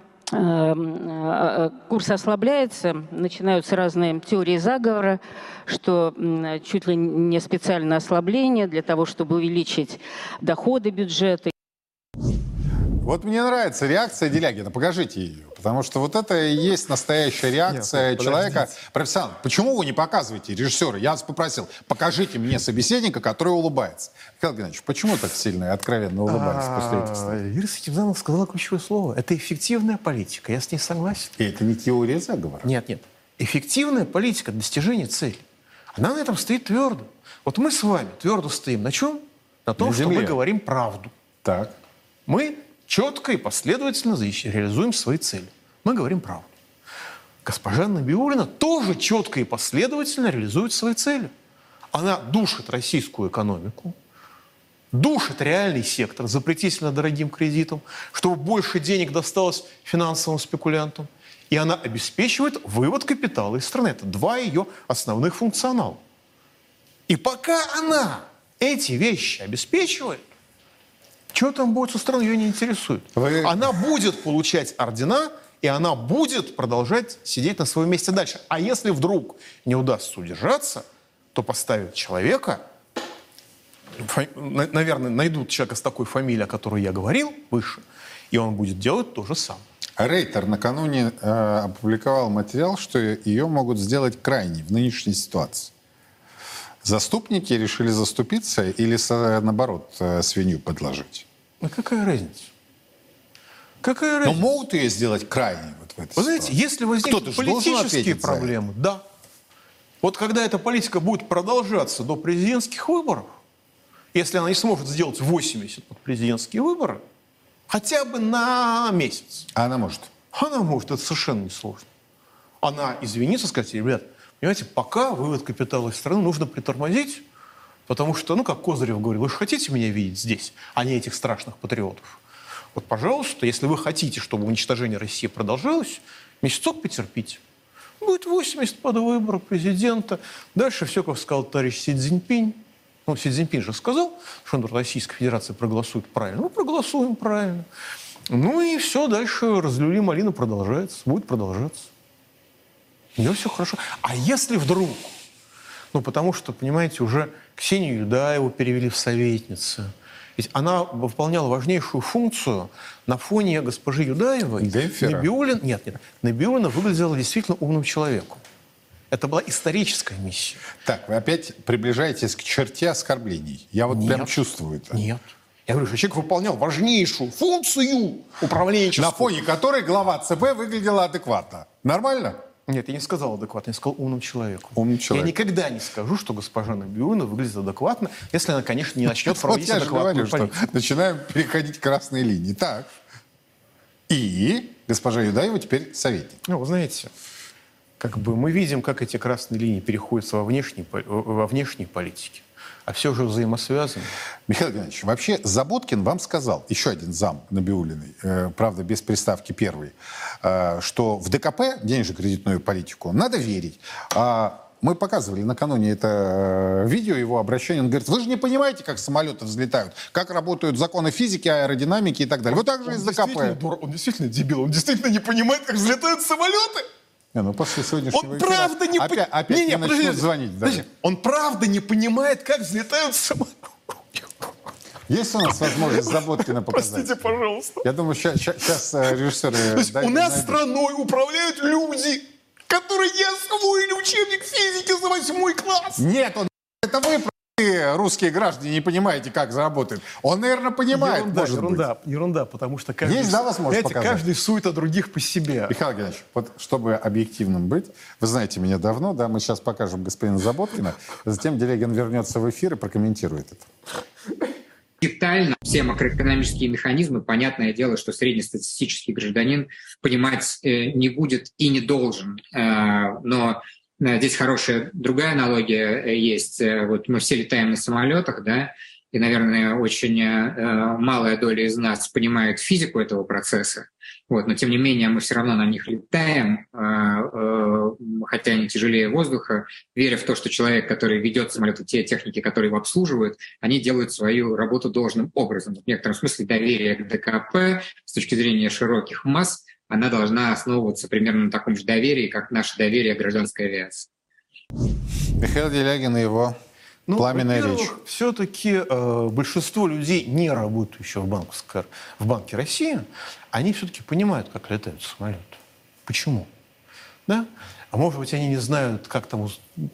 Speaker 4: курс ослабляется, начинаются разные теории заговора, что чуть ли не специальное ослабление для того, чтобы увеличить доходы бюджета.
Speaker 1: Вот мне нравится реакция Делягина. Покажите ее. Потому что вот это и есть настоящая реакция
Speaker 3: Нет,
Speaker 1: человека. Профессионал. Почему вы не показываете, режиссеры? Я вас попросил, покажите мне собеседника, который улыбается. Михаил Геннадьевич, почему так сильно и откровенно улыбались после этих слов?
Speaker 3: Юрий Сатимзанов сказал ключевое слово. Это эффективная политика. Я с ней согласен.
Speaker 1: И это не теория заговора.
Speaker 3: Нет, нет. Эффективная политика достижения цели. Она на этом стоит твердо. Вот мы с вами твердо стоим на чем? На том,
Speaker 1: На
Speaker 3: что
Speaker 1: земле.
Speaker 3: мы говорим правду.
Speaker 1: Так.
Speaker 3: Мы четко и последовательно реализуем свои цели. Мы говорим правду. Госпожа Набиуллина тоже четко и последовательно реализует свои цели. Она душит российскую экономику, душит реальный сектор запретительно дорогим кредитом, чтобы больше денег досталось финансовым спекулянтам. И она обеспечивает вывод капитала из страны. Это два ее основных функционала. И пока она эти вещи обеспечивает, что там будет со страной, ее не интересует.
Speaker 1: Вы...
Speaker 3: Она будет получать ордена, и она будет продолжать сидеть на своем месте дальше. А если вдруг не удастся удержаться, то поставят человека, фа... наверное, найдут человека с такой фамилией, о которой я говорил выше, и он будет делать то же самое.
Speaker 1: Рейтер накануне э, опубликовал материал, что ее могут сделать крайней в нынешней ситуации. Заступники решили заступиться или, наоборот, свинью подложить?
Speaker 3: Ну какая разница? Какая
Speaker 1: Но
Speaker 3: разница?
Speaker 1: могут ее сделать крайней вот в этой
Speaker 3: Вы знаете,
Speaker 1: ситуации?
Speaker 3: если возникнут
Speaker 1: Кто-то же должен
Speaker 3: политические
Speaker 1: ответить за
Speaker 3: проблемы, да. Вот когда эта политика будет продолжаться до президентских выборов, если она не сможет сделать восемьдесят под президентские выборы, хотя бы на месяц,
Speaker 1: А она может.
Speaker 3: она может, это совершенно несложно. Она извинится, сказать: ребят, понимаете, пока вывод капитала из страны нужно притормозить, потому что, ну, как Козырев говорил, вы же хотите меня видеть здесь, а не этих страшных патриотов. Вот, пожалуйста, если вы хотите, чтобы уничтожение России продолжалось, месяцок потерпите. Будет восемьдесят под выборы президента. Дальше все, как сказал товарищ Си Цзиньпинь. Ну, Си Цзиньпинь же сказал, что Российская Федерация проголосует правильно. Мы проголосуем правильно. Ну и все, дальше разлюли малину продолжается, будет продолжаться. У нее все хорошо. А если вдруг, ну потому что, понимаете, уже Ксению Юдаеву перевели в советницы, ведь она выполняла важнейшую функцию на фоне госпожи Юдаевой.
Speaker 1: Демпфера.
Speaker 3: Набиуллина, нет, нет, Набиуллина выглядела действительно умным человеком. Это была историческая миссия.
Speaker 1: Так, вы опять приближаетесь к черте оскорблений. Я вот
Speaker 3: Нет.
Speaker 1: прям чувствую это.
Speaker 3: Нет. Я говорю, что человек выполнял важнейшую функцию управленческую.
Speaker 1: На фоне которой глава ЦБ выглядела адекватно. Нормально?
Speaker 3: Нет, я не сказал адекватно, я сказал умным человеком.
Speaker 1: Умным человеком.
Speaker 3: Я никогда не скажу, что госпожа Набиуллина выглядит адекватно, если она, конечно, не начнет
Speaker 1: Вот
Speaker 3: проводить
Speaker 1: я же
Speaker 3: адекватную
Speaker 1: говорю, что
Speaker 3: политику.
Speaker 1: начинаем переходить красные линии. Так. И госпожа Юдаева теперь советник.
Speaker 3: Ну, вы знаете, как бы мы видим, как эти красные линии переходят во внешней, во внешней политике. А все же взаимосвязано.
Speaker 1: Михаил Геннадьевич, вообще Заботкин вам сказал, еще один зам Набиуллиной, э, правда, без приставки первый, э, что в ДКП, денежно-кредитную политику, надо верить. А мы показывали накануне это э, видео, его обращение. Он говорит: вы же не понимаете, как самолеты взлетают, как работают законы физики, аэродинамики и так далее. Вот так же
Speaker 3: Он
Speaker 1: из
Speaker 3: действительно
Speaker 1: ДКП.
Speaker 3: дур- Он действительно дебил, он действительно не понимает, как взлетают самолеты.
Speaker 1: Не, ну после сегодняшнего
Speaker 3: Он
Speaker 1: эфира
Speaker 3: правда не
Speaker 1: опять,
Speaker 3: понимает.
Speaker 1: опять не, начнут
Speaker 3: подождите.
Speaker 1: звонить. Да.
Speaker 3: Подождите. Он правда не понимает, как взлетают самолеты.
Speaker 1: Есть у нас возможность Заботкина показать?
Speaker 3: Простите, пожалуйста.
Speaker 1: Я думаю, сейчас, сейчас режиссеры...
Speaker 3: То есть
Speaker 1: дай-
Speaker 3: у нас
Speaker 1: найдут.
Speaker 3: страной управляют люди, которые не освоили учебник физики за восьмой класс.
Speaker 1: Нет, он, это вы, простые русские граждане, не понимаете, как заработает. Он, наверное, понимает,
Speaker 3: ерунда,
Speaker 1: может
Speaker 3: ерунда, ерунда, потому что каждый,
Speaker 1: Есть, да, возможность
Speaker 3: знаете,
Speaker 1: показать?
Speaker 3: каждый сует о других по себе.
Speaker 1: быть. Михаил Геннадьевич, вот чтобы объективным быть, вы знаете меня давно, да, мы сейчас покажем господина Заботкина, затем Делягин вернется в эфир и прокомментирует это.
Speaker 5: Детально все макроэкономические механизмы, понятное дело, что среднестатистический гражданин понимать э, не будет и не должен. Э, но э, здесь хорошая другая аналогия э, есть. Э, вот мы все летаем на самолетах, да, и, наверное, очень э, малая доля из нас понимает физику этого процесса. Вот, но тем не менее мы все равно на них летаем, э, э, хотя они тяжелее воздуха, веря в то, что человек, который ведет самолет, и те техники, которые его обслуживают, они делают свою работу должным образом. В некотором смысле доверие к ДКП с точки зрения широких масс, она должна основываться примерно на таком же доверии, как наше доверие к гражданской авиации.
Speaker 1: Михаил Делягин и его
Speaker 3: Ну,
Speaker 1: Пламенная речь.
Speaker 3: во-первых, все-таки э, большинство людей, не работающих в, банковской, в Банке России, они все-таки понимают, как летают самолеты. Почему? Да? А может быть, они не знают, как там,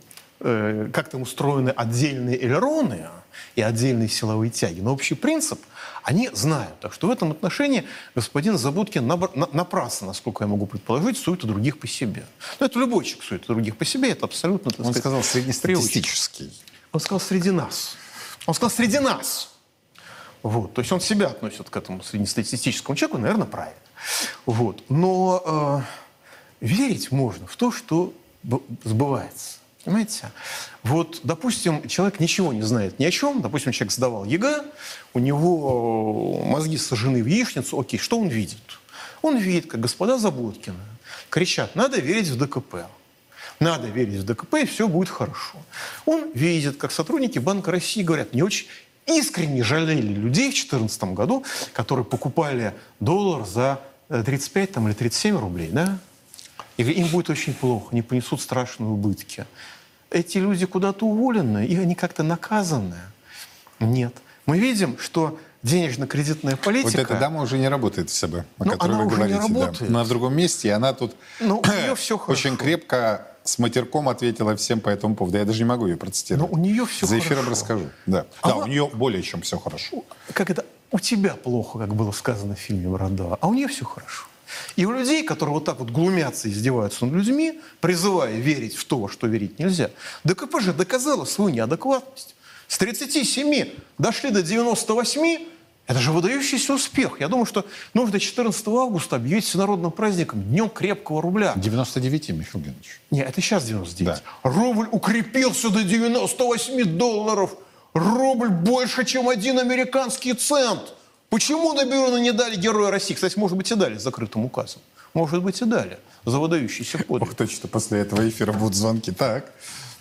Speaker 3: э, как там устроены отдельные элероны и отдельные силовые тяги. Но общий принцип они знают. Так что в этом отношении господин Забудкин напрасно, насколько я могу предположить, сует и других по себе. Но это любой человек сует и других по себе. Это абсолютно, так
Speaker 1: Он
Speaker 3: сказать,
Speaker 1: сказал среднестатистический.
Speaker 3: Он сказал «среди нас». Он сказал «среди нас». Вот. То есть он себя относит к этому среднестатистическому человеку, наверное, правильно. Вот. Но э, верить можно в то, что сбывается. Понимаете? Вот, допустим, человек ничего не знает ни о чем. Допустим, человек сдавал ЕГЭ, у него мозги сожжены в яичницу. Окей, что он видит? Он видит, как господа Забудкины кричат «надо верить в ДКП». Надо верить в ДКП, и все будет хорошо. Он видит, как сотрудники Банка России говорят, не очень искренне жалели людей в две тысячи четырнадцатом году, которые покупали доллар за тридцать пять там, или тридцать семь рублей, да? И им будет очень плохо, они понесут страшные убытки. Эти люди куда-то уволены, и они как-то наказаны. Нет. Мы видим, что денежно-кредитная политика...
Speaker 1: Вот эта дама уже не работает в ЦБ, о
Speaker 3: ну,
Speaker 1: которой
Speaker 3: она
Speaker 1: вы
Speaker 3: уже
Speaker 1: говорите.
Speaker 3: Не работает.
Speaker 1: Да. На другом месте, и она тут
Speaker 3: ну, у нее все
Speaker 1: очень крепко с матерком ответила всем по этому поводу. Я даже не могу ее процитировать.
Speaker 3: Но у нее все
Speaker 1: За эфиром
Speaker 3: хорошо.
Speaker 1: расскажу. Да,
Speaker 3: А
Speaker 1: да
Speaker 3: вы...
Speaker 1: у нее более чем все хорошо.
Speaker 3: Как это? У тебя плохо, как было сказано в фильме «Бородава», а у нее все хорошо. И у людей, которые вот так вот глумятся и издеваются над людьми, призывая верить в то, во что верить нельзя, ДКП же доказала свою неадекватность. С тридцати семи дошли до девяноста восьми. Это же выдающийся успех. Я думаю, что нужно четырнадцатого августа объявить всенародным праздником Днем крепкого рубля.
Speaker 1: девяносто девять, Михаил Геннадьевич.
Speaker 3: Нет, это сейчас девяносто девять.
Speaker 1: Да.
Speaker 3: Рубль укрепился до девяноста восьми долларов. Рубль больше, чем один американский цент. Почему Набиуллину не дали Героя России? Кстати, может быть, и дали закрытым указом. Может быть, и дали за выдающийся подвиг.
Speaker 1: Ох, точно, после этого эфира будут звонки. Так.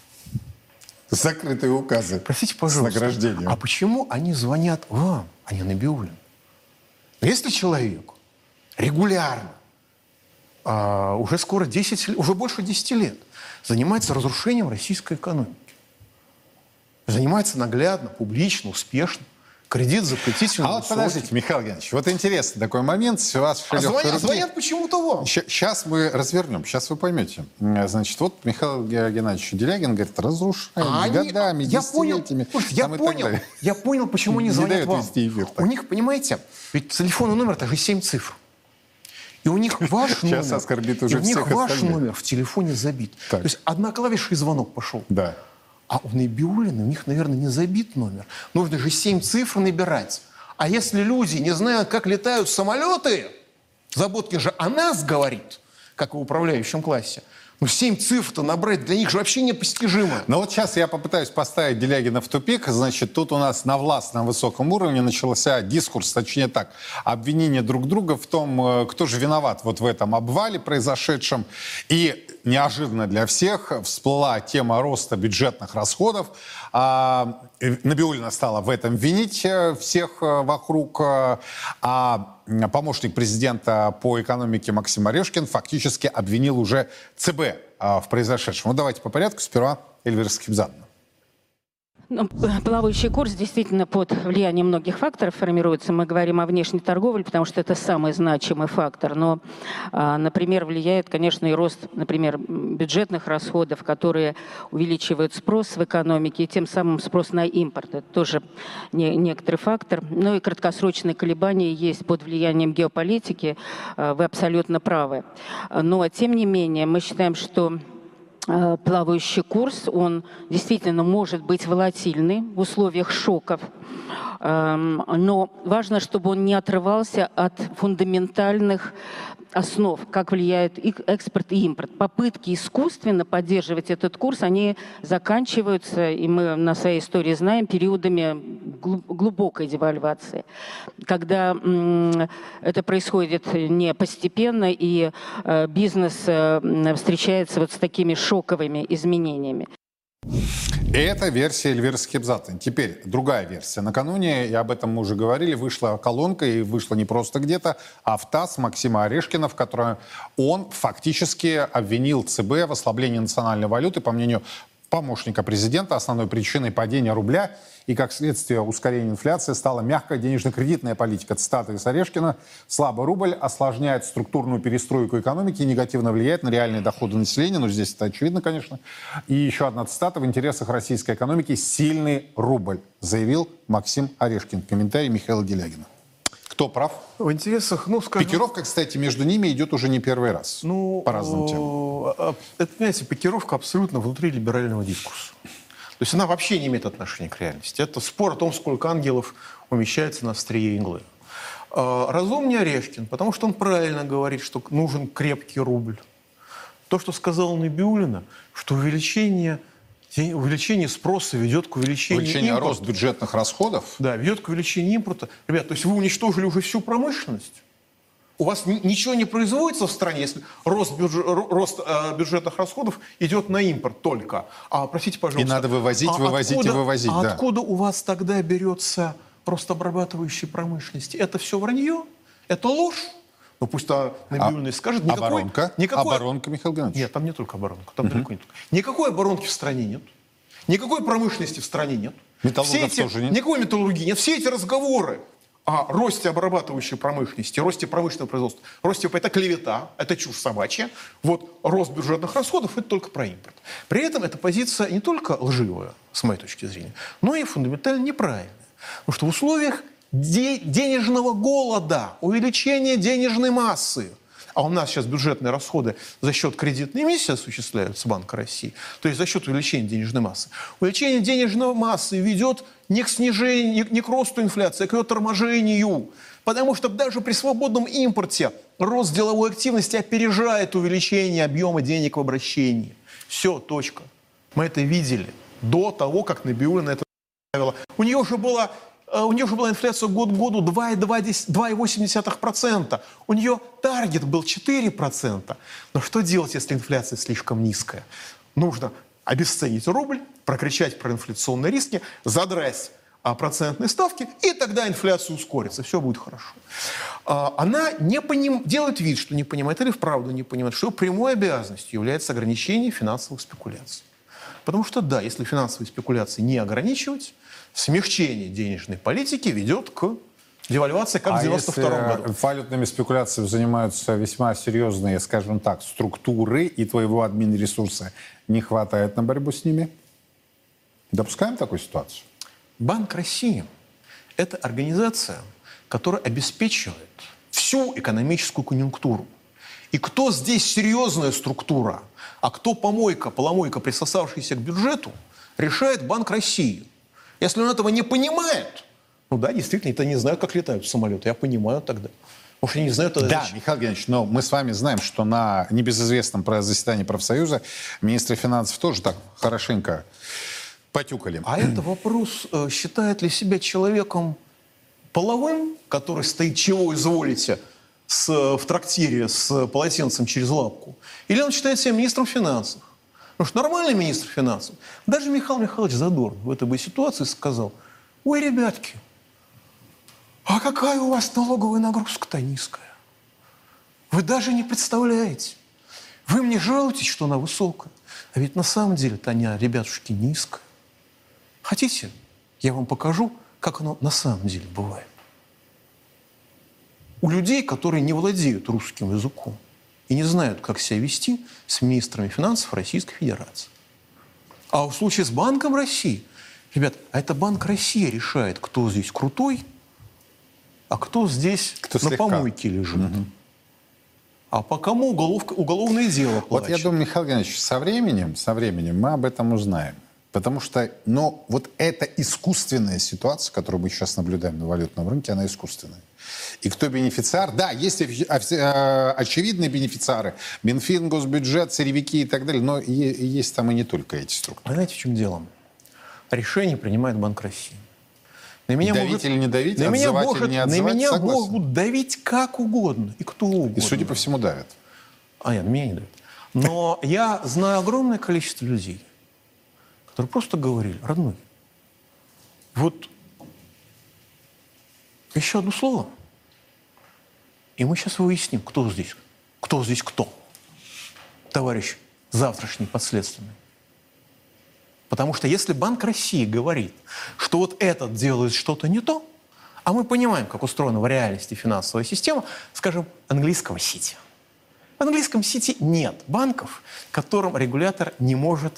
Speaker 1: Закрытые указы.
Speaker 3: Простите, пожалуйста.
Speaker 1: С награждением.
Speaker 3: А почему они звонят вам, а не Набиуллину? Если человек регулярно, а, уже скоро десять, уже больше десяти лет, занимается разрушением российской экономики, занимается наглядно, публично, успешно, кредит запретительный.
Speaker 1: А вот подождите, Михаил Геннадьевич, вот интересный такой момент. С вас
Speaker 3: а звонят, звонят почему-то вам.
Speaker 1: Сейчас мы развернем, сейчас вы поймете. Значит, вот Михаил Геннадьевич Делягин говорит, разрушаем
Speaker 3: А
Speaker 1: годами,
Speaker 3: они, я понял,
Speaker 1: десятилетиями.
Speaker 3: слушайте, я понял, я понял, почему они
Speaker 1: Не
Speaker 3: звонят
Speaker 1: дают
Speaker 3: вам.
Speaker 1: вести эфир так.
Speaker 3: У них, понимаете, ведь телефонный номер это же семь цифр. И у них ваш номер,
Speaker 1: Сейчас оскорбит уже
Speaker 3: и у них
Speaker 1: всех
Speaker 3: ваш
Speaker 1: остальных.
Speaker 3: номер в телефоне забит.
Speaker 1: Так.
Speaker 3: То есть одна клавиша и звонок пошел.
Speaker 1: Да.
Speaker 3: А у Набиуллина у них, наверное, не забит номер. Нужно же семь цифр набирать. А если люди не знают, как летают самолеты, Забудкин же о нас говорит, как в управляющем классе. Ну, семь цифр-то набрать для них же вообще непостижимо.
Speaker 1: Но вот сейчас я попытаюсь поставить Делягина в тупик. Значит, тут у нас на властном высоком уровне начался дискурс, точнее так, обвинение друг друга в том, кто же виноват вот в этом обвале произошедшем. И неожиданно для всех всплыла тема роста бюджетных расходов. А, Набиуллина стала в этом винить всех вокруг, а помощник президента по экономике Максим Орешкин фактически обвинил уже ЦБ в произошедшем. Ну, давайте по порядку. Сперва Эльвира Скибзадзе.
Speaker 4: Ну, плавающий курс действительно под влиянием многих факторов формируется. Мы говорим о внешней торговле, потому что это самый значимый фактор. Но, например, влияет, конечно, и рост, например, бюджетных расходов, которые увеличивают спрос в экономике, и тем самым спрос на импорт. Это тоже не, некоторый фактор. Ну и краткосрочные колебания есть под влиянием геополитики. Вы абсолютно правы. Но, тем не менее, мы считаем, что плавающий курс, он действительно может быть волатильный в условиях шоков, но важно, чтобы он не отрывался от фундаментальных основ, как влияет и экспорт и импорт. Попытки искусственно поддерживать этот курс, они заканчиваются, и мы на своей истории знаем, периодами глубокой девальвации, когда это происходит не постепенно, и бизнес встречается вот с такими шоковыми изменениями.
Speaker 1: Это версия Эльвиры Скибзадзе. Теперь другая версия. Накануне, и об этом мы уже говорили, вышла колонка, и вышла не просто где-то, а в ТАСС Максима Орешкина, в которой он фактически обвинил ЦБ в ослаблении национальной валюты. По мнению помощника президента. Основной причиной падения рубля и, как следствие, ускорения инфляции стала мягкая денежно-кредитная политика. Цитата из Орешкина. «Слабый рубль осложняет структурную перестройку экономики и негативно влияет на реальные доходы населения». Ну, здесь это очевидно, конечно. И еще одна цитата. «В интересах российской экономики сильный рубль», заявил Максим Орешкин. Комментарий Михаила Делягина. Кто прав?
Speaker 3: В интересах, ну, скажем...
Speaker 1: Пикировка, кстати, между ними идет уже не первый раз.
Speaker 3: Ну,
Speaker 1: по разным темам.
Speaker 3: Это, понимаете, пикировка абсолютно внутри либерального дискурса. То есть она вообще не имеет отношения к реальности. Это спор о том, сколько ангелов умещается на острие иглы. Разумнее Орешкин, потому что он правильно говорит, что нужен крепкий рубль. То, что сказала Набиуллина, что увеличение... Увеличение спроса ведет к увеличению
Speaker 1: Увеличение
Speaker 3: импорта.
Speaker 1: рост бюджетных расходов?
Speaker 3: Да, ведет к увеличению импорта. Ребят, то есть вы уничтожили уже всю промышленность? У вас ни- ничего не производится в стране, если рост, бюджет, рост э, бюджетных расходов идет на импорт только. А, простите, пожалуйста.
Speaker 1: И надо вывозить,
Speaker 3: а
Speaker 1: вывозить
Speaker 3: откуда,
Speaker 1: и вывозить.
Speaker 3: А
Speaker 1: да.
Speaker 3: откуда у вас тогда берется рост обрабатывающей промышленности? Это все вранье? Это ложь? Ну пусть Набиуллина
Speaker 1: А,
Speaker 3: скажет. Никакой,
Speaker 1: оборонка?
Speaker 3: никакой...
Speaker 1: Оборонка, Михаил Геннадьевич.
Speaker 3: Нет, там не только оборонка. Там далеко не только. Никакой оборонки в стране нет. Никакой промышленности в стране нет.
Speaker 1: Металлургов
Speaker 3: Все эти,
Speaker 1: тоже нет.
Speaker 3: Никакой металлургии нет. Все эти разговоры о росте обрабатывающей промышленности, росте промышленного производства, росте это клевета, это чушь собачья. Вот рост бюджетных расходов – это только про импорт. При этом эта позиция не только лживая, с моей точки зрения, но и фундаментально неправильная. Потому что в условиях де- денежного голода, увеличения денежной массы, а у нас сейчас бюджетные расходы за счет кредитной эмиссии осуществляются Банка России, то есть за счет увеличения денежной массы. Увеличение денежной массы ведет не к снижению, не к росту инфляции, а к ее торможению. Потому что даже при свободном импорте рост деловой активности опережает увеличение объема денег в обращении. Все, точка. Мы это видели до того, как Набиуллина это ставила. У нее же была... У нее же была инфляция год к году два и восемь десятых процента. У нее таргет был четыре процента. Но что делать, если инфляция слишком низкая? Нужно обесценить рубль, прокричать про инфляционные риски, задрать а, процентные ставки, и тогда инфляция ускорится, все будет хорошо. А, она не поним... делает вид, что не понимает, или вправду не понимает, что прямой обязанностью является ограничение финансовых спекуляций. Потому что, да, если финансовые спекуляции не ограничивать, смягчение денежной политики ведет к девальвации, как
Speaker 1: а
Speaker 3: в девяносто втором
Speaker 1: если
Speaker 3: году.
Speaker 1: валютными спекуляциями занимаются весьма серьезные, скажем так, структуры, и твоего админресурса не хватает на борьбу с ними? Допускаем такую ситуацию?
Speaker 3: Банк России – это организация, которая обеспечивает всю экономическую конъюнктуру. И кто здесь серьезная структура, а кто помойка, поломойка, присосавшаяся к бюджету, решает Банк России. Если он этого не понимает, ну да, действительно, это не знают, как летают самолеты. Я понимаю тогда. Может, они не знают тогда...
Speaker 1: Да,
Speaker 3: зачем.
Speaker 1: Михаил Геннадьевич, но мы с вами знаем, что на небезызвестном заседании профсоюза министры финансов тоже так хорошенько потюкали.
Speaker 3: А это вопрос, э, считает ли себя человеком половым, который стоит, чего изволите, с, в трактире с полотенцем через лапку, или он считает себя министром финансов. Потому что нормальный министр финансов, даже Михаил Михайлович Задорнов в этой бы ситуации сказал: ой, ребятки, а какая у вас налоговая нагрузка-то низкая? Вы даже не представляете. Вы мне жалуетесь, что она высокая. А ведь на самом деле-то она, ребятушки, низкая. Хотите, я вам покажу, как оно на самом деле бывает? У людей, которые не владеют русским языком и не знают, как себя вести с министрами финансов Российской Федерации. А в случае с Банком России, ребят, а это Банк России решает, кто здесь крутой, а кто здесь
Speaker 1: Кто
Speaker 3: на
Speaker 1: слегка.
Speaker 3: помойке лежит. Угу. А по кому уголовка, уголовное дело плачет?
Speaker 1: Вот я думаю, Михаил Геннадьевич, со временем, со временем мы об этом узнаем. Потому что, но вот эта искусственная ситуация, которую мы сейчас наблюдаем на валютном рынке, она искусственная. И кто бенефициар? Да, есть очевидные бенефициары. Минфин, Госбюджет, сырьевики и так далее. Но есть там и не только эти структуры.
Speaker 3: А знаете, в чем дело? Решение принимает Банк России. На меня
Speaker 1: давить
Speaker 3: может,
Speaker 1: или не давить,
Speaker 3: на меня
Speaker 1: отзывать
Speaker 3: может,
Speaker 1: или не
Speaker 3: на
Speaker 1: отзывать,
Speaker 3: меня
Speaker 1: согласен.
Speaker 3: могут давить как угодно и кто угодно.
Speaker 1: И, судя по всему, давят.
Speaker 3: А нет, на меня не давят. Но я знаю огромное количество людей, которые просто говорили: родной, вот еще одно слово, и мы сейчас выясним, кто здесь, кто здесь кто. Товарищ завтрашний подследственный. Потому что если Банк России говорит, что вот этот делает что-то не то, а мы понимаем, как устроена в реальности финансовая система, скажем, английского Сити. В английском Сити нет банков, которым регулятор не может,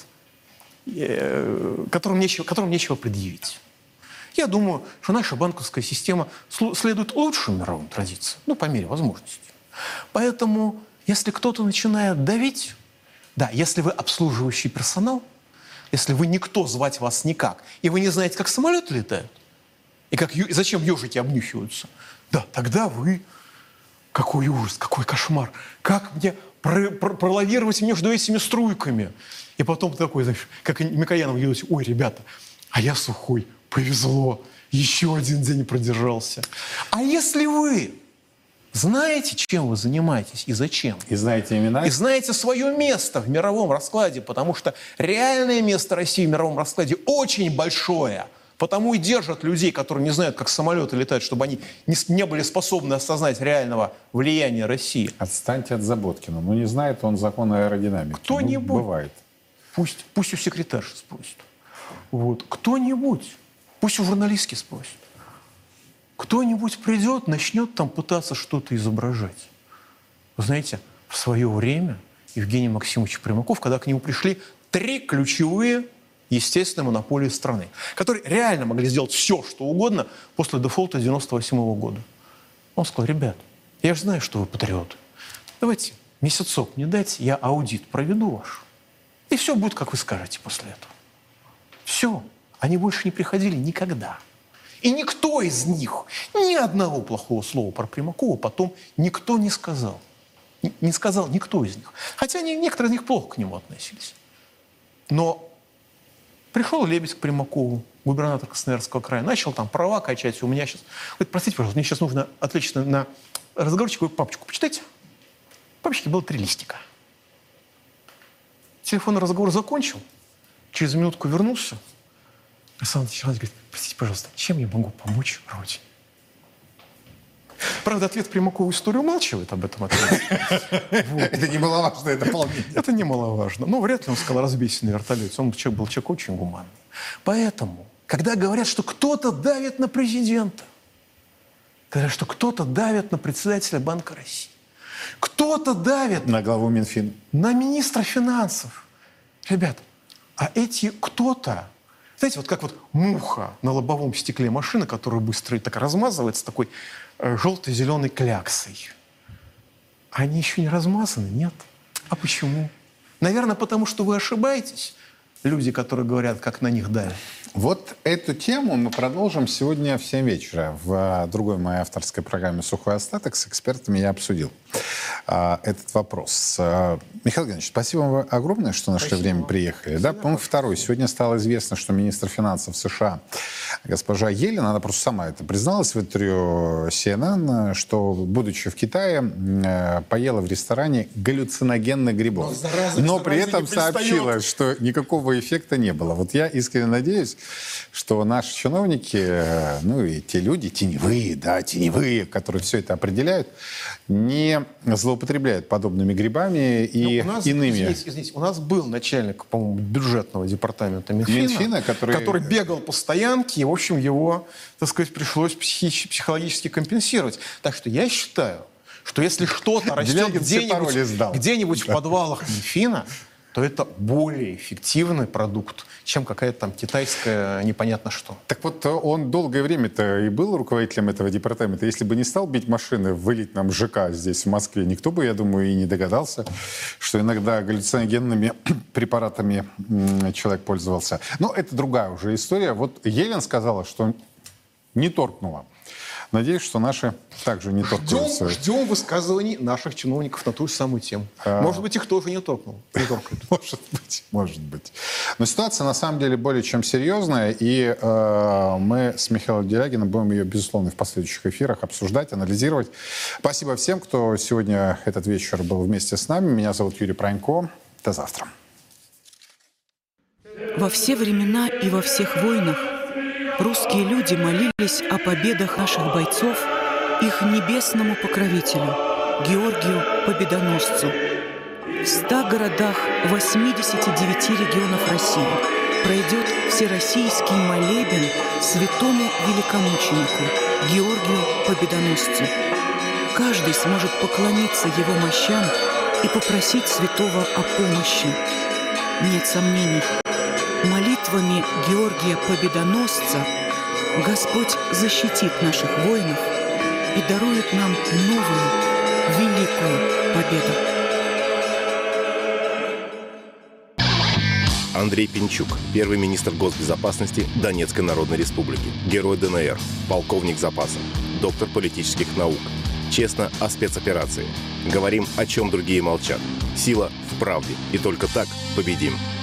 Speaker 3: э, которым, нечего, которым нечего предъявить. Я думаю, что наша банковская система следует лучшим мировым традициям, ну, по мере возможности. Поэтому, если кто-то начинает давить, да, если вы обслуживающий персонал, если вы никто, звать вас никак, и вы не знаете, как самолеты летают, и, как, и зачем ежики обнюхиваются, да, тогда вы... Какой ужас, какой кошмар. Как мне про, про, пролавировать между этими струйками? И потом такой, знаешь, как Микоянов говорит, ой, ребята, а я сухой, повезло, еще один день продержался. А если вы знаете, чем вы занимаетесь и зачем?
Speaker 1: И знаете имена?
Speaker 3: И знаете свое место в мировом раскладе, потому что реальное место России в мировом раскладе очень большое. Потому и держат людей, которые не знают, как самолеты летают, чтобы они не, не были способны осознать реального влияния России.
Speaker 1: Отстаньте от Заботкина. Ну, не знает он закон аэродинамики.
Speaker 3: Кто-нибудь.
Speaker 1: Ну, бывает.
Speaker 3: Пусть, пусть у секретарши спросит. Вот. Кто-нибудь. Пусть у журналистки спросит. Кто-нибудь придет, начнет там пытаться что-то изображать. Вы знаете, в свое время Евгений Максимович Примаков, когда к нему пришли три ключевые естественной монополии страны, которые реально могли сделать все, что угодно после дефолта девяносто восьмого года. Он сказал, ребят, я же знаю, что вы патриоты. Давайте месяцок мне дайте, я аудит проведу ваш. И все будет, как вы скажете после этого. Все. Они больше не приходили никогда. И никто из них, ни одного плохого слова про Примакова потом никто не сказал. Не сказал никто из них. Хотя они, некоторые из них плохо к нему относились. Но пришел Лебедь к Примакову, губернатор Красноярского края, начал там права качать. У меня сейчас... Говорит, простите, пожалуйста, мне сейчас нужно отлично на разговорчик, вы папочку почитайте. В папочке было три листика. Телефонный разговор закончил, через минутку вернулся. Александр Ильич говорит, простите, пожалуйста, чем я могу помочь родине? Правда, ответ Примакова историю умалчивает об этом ответе.
Speaker 1: Это немаловажное дополнение.
Speaker 3: Это немаловажно. Но вряд ли он сказал, разбейся на вертолете. Он был человек очень гуманный. Поэтому, когда говорят, что кто-то давит на президента, говорят, что кто-то давит на председателя Банка России, кто-то давит
Speaker 1: на главу Минфина,
Speaker 3: на министра финансов. Ребят, а эти кто-то, знаете, вот как вот муха на лобовом стекле машины, которая быстро и так размазывается, такой э, желто-зеленой кляксой. Они еще не размазаны? Нет. А почему? Наверное, потому что вы ошибаетесь, люди, которые говорят, как на них давят.
Speaker 1: Вот эту тему мы продолжим сегодня в семь вечера. В другой моей авторской программе «Сухой остаток» с экспертами я обсудил а, этот вопрос. А, Михаил Геннадьевич, спасибо вам огромное, что нашли спасибо. время, приехали. Да, пункт второй. Сегодня стало известно, что министр финансов США госпожа Йеллен, она просто сама это призналась в интервью си эн эн, что, будучи в Китае, поела в ресторане галлюциногенных грибов. Но, Но при этом сообщила, что никакого эффекта не было. Вот я искренне надеюсь, что наши чиновники, ну и те люди, теневые, да, теневые, которые все это определяют, не злоупотребляют подобными грибами и
Speaker 3: у нас,
Speaker 1: иными.
Speaker 3: Извините, извините, у нас был начальник, по-моему, бюджетного департамента Минфина,
Speaker 1: Минфина который...
Speaker 3: который бегал по стоянке, и, в общем, его, так сказать, пришлось психи- психологически компенсировать. Так что я считаю, что если что-то растет где-нибудь, где-нибудь в подвалах Минфина, то это более эффективный продукт, чем какая-то там китайская непонятно что.
Speaker 1: Так вот, он долгое время-то и был руководителем этого департамента. Если бы не стал бить машины в элитном ЖК здесь, в Москве, никто бы, я думаю, и не догадался, что иногда галлюциногенными препаратами человек пользовался. Но это другая уже история. Вот Йеллен сказала, что не торкнула. Надеюсь, что наши также не торкаются.
Speaker 3: Ждем, ждем высказываний наших чиновников на ту же самую тему. А... Может быть, их тоже не торкнул. Не торкают.
Speaker 1: Может быть, может быть. Но ситуация на самом деле более чем серьезная, и э, мы с Михаилом Делягиным будем ее, безусловно, в последующих эфирах обсуждать, анализировать. Спасибо всем, кто сегодня этот вечер был вместе с нами. Меня зовут Юрий Пронько. До завтра.
Speaker 6: Во все времена и во всех войнах русские люди молились о победах наших бойцов их небесному покровителю, Георгию Победоносцу. В ста городах восьмидесяти девяти регионов России пройдет всероссийский молебен святому великомученику Георгию Победоносцу. Каждый сможет поклониться его мощам и попросить святого о помощи. Нет сомнений, молитвами Георгия Победоносца Господь защитит наших воинов и дарует нам новую, великую победу.
Speaker 7: Андрей Пинчук, первый министр госбезопасности Донецкой Народной Республики, герой ДНР, полковник запаса, доктор политических наук. Честно о спецоперации. Говорим, о чем другие молчат. Сила в правде. И только так победим.